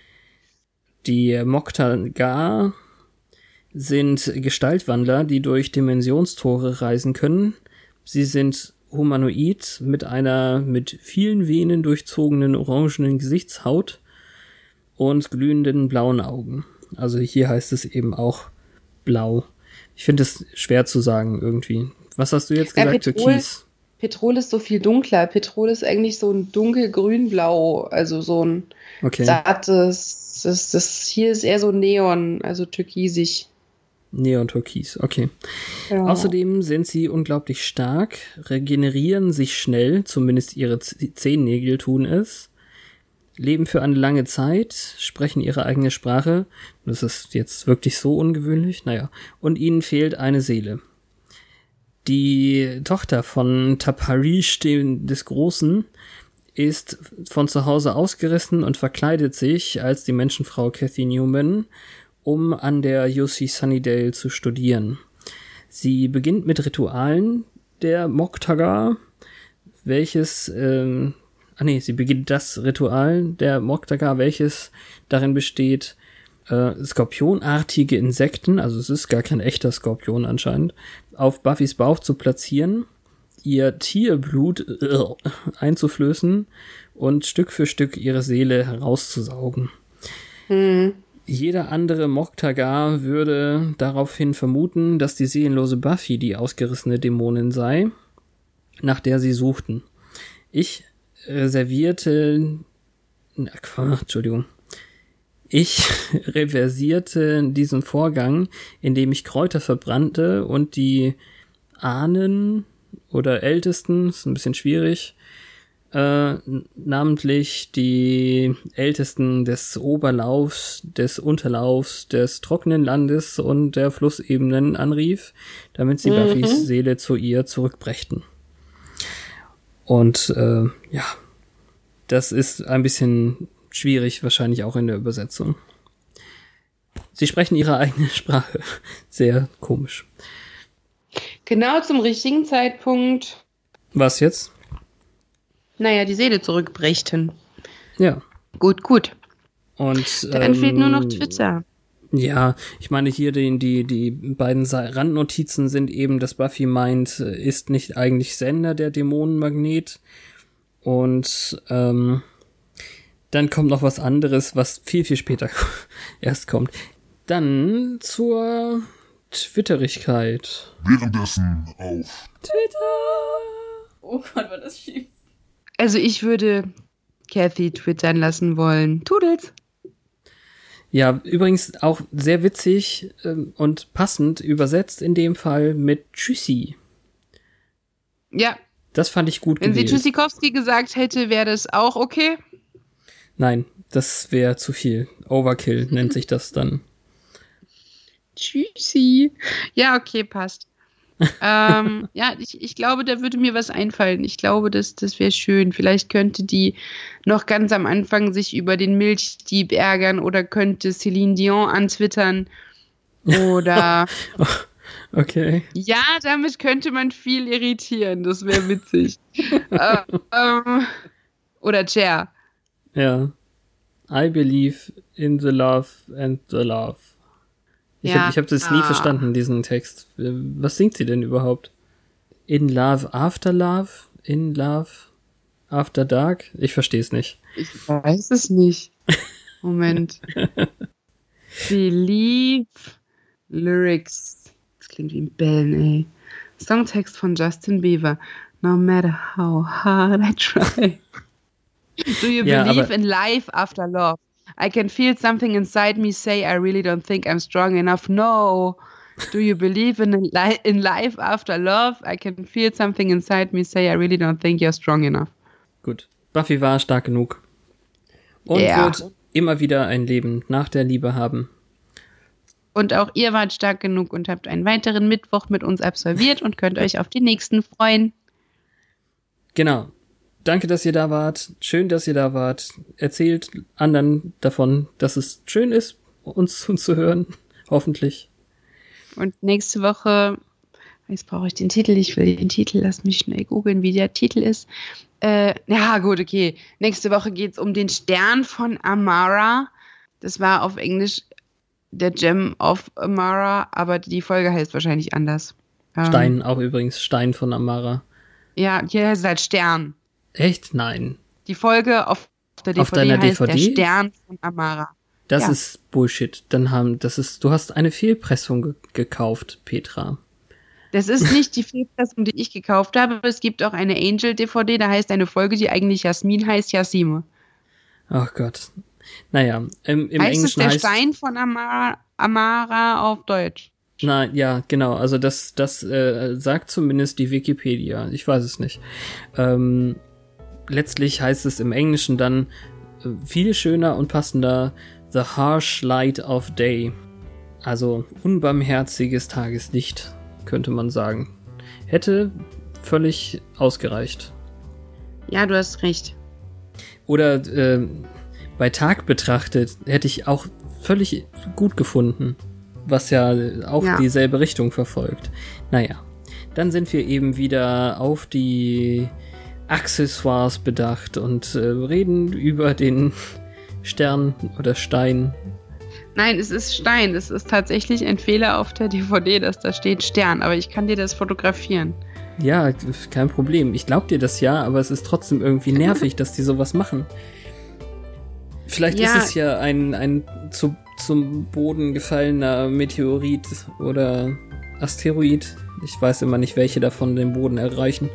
Die Mokhtar sind Gestaltwandler, die durch Dimensionstore reisen können. Sie sind humanoid mit einer mit vielen Venen durchzogenen orangenen Gesichtshaut und glühenden blauen Augen. Also hier heißt es eben auch blau. Ich finde es schwer zu sagen irgendwie. Was hast du jetzt gesagt? Ja, Petrol, Türkis? Petrol ist so viel dunkler. Petrol ist eigentlich so ein dunkelgrün-blau, also so ein Okay. sattes. Das, das hier ist eher so Neon, also türkisig. Neon Türkis, okay. Ja. Außerdem sind sie unglaublich stark, regenerieren sich schnell, zumindest ihre Z- Zehennägel tun es, leben für eine lange Zeit, sprechen ihre eigene Sprache, das ist jetzt wirklich so ungewöhnlich, naja, und ihnen fehlt eine Seele. Die Tochter von Taparish, dem des Großen, ist von zu Hause ausgerissen und verkleidet sich als die Menschenfrau Kathy Newman, um an der U C Sunnydale zu studieren. Sie beginnt mit Ritualen der Mokhtar, welches, ähm, ah nee, sie beginnt das Ritual der Mokhtar, welches darin besteht, äh, skorpionartige Insekten, also es ist gar kein echter Skorpion anscheinend, auf Buffys Bauch zu platzieren, ihr Tierblut äh, einzuflößen und Stück für Stück ihre Seele herauszusaugen. Hm. Jeder andere Mokhtar würde daraufhin vermuten, dass die seelenlose Buffy die ausgerissene Dämonin sei, nach der sie suchten. Ich reservierte, Entschuldigung, ich reversierte diesen Vorgang, indem ich Kräuter verbrannte und die Ahnen oder Ältesten, ist ein bisschen schwierig, Äh, namentlich die Ältesten des Oberlaufs, des Unterlaufs, des trockenen Landes und der Flussebenen anrief, damit sie Mhm. Buffys Seele zu ihr zurückbrächten. Und äh, ja, das ist ein bisschen schwierig, wahrscheinlich auch in der Übersetzung. Sie sprechen ihre eigene Sprache. Sehr komisch. Genau zum richtigen Zeitpunkt, Was jetzt? naja, die Seele zurückbrächten. Ja. Gut, gut. Und Dann fehlt nur noch ähm, Twitter. Ja, ich meine hier die, die, die beiden Sa- Randnotizen sind eben, dass Buffy meint, ist nicht eigentlich Xander der Dämonenmagnet. Und ähm, dann kommt noch was anderes, was viel, viel später erst kommt. Dann zur Twitterigkeit. Währenddessen auf Twitter! Oh Gott, war das schief. Also ich würde Kathy twittern lassen wollen. Toodles! Ja, übrigens auch sehr witzig ähm, und passend übersetzt in dem Fall mit Tschüssi. Ja. Das fand ich gut Wenn gewählt. sie Tschüssikowski gesagt hätte, wäre das auch okay? Nein, das wäre zu viel. Overkill nennt sich das dann. Tschüssi. Ja, okay, passt. ähm, ja, ich, ich glaube, da würde mir was einfallen. Ich glaube, das, das wäre schön. Vielleicht könnte die noch ganz am Anfang sich über den Milchdieb ärgern oder könnte Celine Dion antwittern. Oder okay. Ja, damit könnte man viel irritieren. Das wäre witzig. äh, ähm, oder Cher. Ja. I believe in the love and the love. Ich ja. habe ich hab das nie ah. verstanden, diesen Text. Was singt sie denn überhaupt? In love after love? In love after dark? Ich verstehe es nicht. Ich weiß es nicht. Moment. Believe Lyrics. Das klingt wie ein Bellen, ey. Songtext von Justin Bieber. No matter how hard I try. Do you ja, believe in life after love? I can feel something inside me say I really don't think I'm strong enough. No. Do you believe in, li- in life after love? I can feel something inside me say I really don't think you're strong enough. Gut. Buffy war stark genug. Und ja. wird immer wieder ein Leben nach der Liebe haben. Und auch ihr wart stark genug und habt einen weiteren Mittwoch mit uns absolviert und könnt euch auf die nächsten freuen. Genau. Danke, dass ihr da wart. Schön, dass ihr da wart. Erzählt anderen davon, dass es schön ist, uns zuzuhören. Hoffentlich. Und nächste Woche, jetzt brauche ich den Titel, ich will den Titel, lass mich schnell googeln, wie der Titel ist. Äh, ja, gut, okay. Nächste Woche geht es um den Stern von Amara. Das war auf Englisch der Gem of Amara, aber die Folge heißt wahrscheinlich anders. Stein, ähm, auch übrigens. Stein von Amara. Ja, hier heißt es halt Stern. Echt? Nein. Die Folge auf der D V D auf deiner heißt D V D? Der Stern von Amara. Das ja. ist Bullshit. Dann haben, das ist, du hast eine Fehlpressung ge- gekauft, Petra. Das ist nicht die Fehlpressung, die ich gekauft habe. Es gibt auch eine Angel-D V D, da heißt eine Folge, die eigentlich Jasmin heißt, Jasime. Ach Gott. Naja, im, im heißt Englischen es der heißt... Stein von Amara, Amara auf Deutsch? Na, ja, genau. Also das, das äh, sagt zumindest die Wikipedia. Ich weiß es nicht. Ähm, letztlich heißt es im Englischen dann äh, viel schöner und passender The Harsh Light of Day. Also unbarmherziges Tageslicht, könnte man sagen. Hätte völlig ausgereicht. Ja, du hast recht. Oder äh, bei Tag betrachtet hätte ich auch völlig gut gefunden. Was ja auch ja. dieselbe Richtung verfolgt. Naja, dann sind wir eben wieder auf die Accessoires bedacht und äh, reden über den Stern oder Stein. Nein, es ist Stein. Es ist tatsächlich ein Fehler auf der D V D, dass da steht Stern. Aber ich kann dir das fotografieren. Ja, kein Problem. Ich glaub dir das ja, aber es ist trotzdem irgendwie nervig, dass die sowas machen. Vielleicht ja. ist es ja ein, ein zu, zum Boden gefallener Meteorit oder Asteroid. Ich weiß immer nicht, welche davon den Boden erreichen.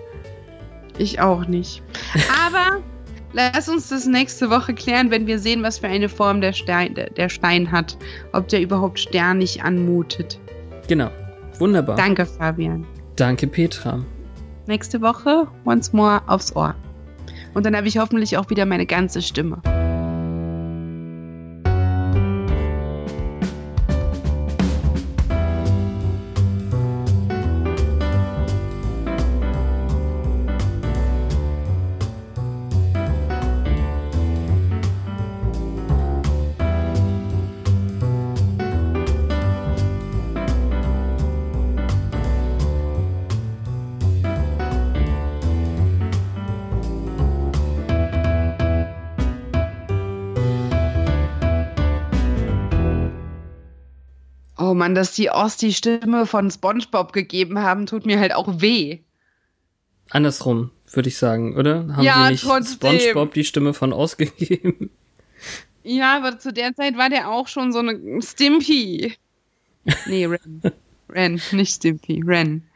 Ich auch nicht. Aber lass uns das nächste Woche klären, wenn wir sehen, was für eine Form der Stein, der Stein hat. Ob der überhaupt sternig anmutet. Genau. Wunderbar. Danke, Fabian. Danke, Petra. Nächste Woche once more aufs Ohr. Und dann habe ich hoffentlich auch wieder meine ganze Stimme. Oh Mann, dass die Oz die Stimme von SpongeBob gegeben haben, tut mir halt auch weh. Andersrum, würde ich sagen, oder? Haben ja, die nicht trotzdem. SpongeBob die Stimme von Oz gegeben? Ja, aber zu der Zeit war der auch schon so eine Stimpy. Nee, Ren. Ren, nicht Stimpy, Ren.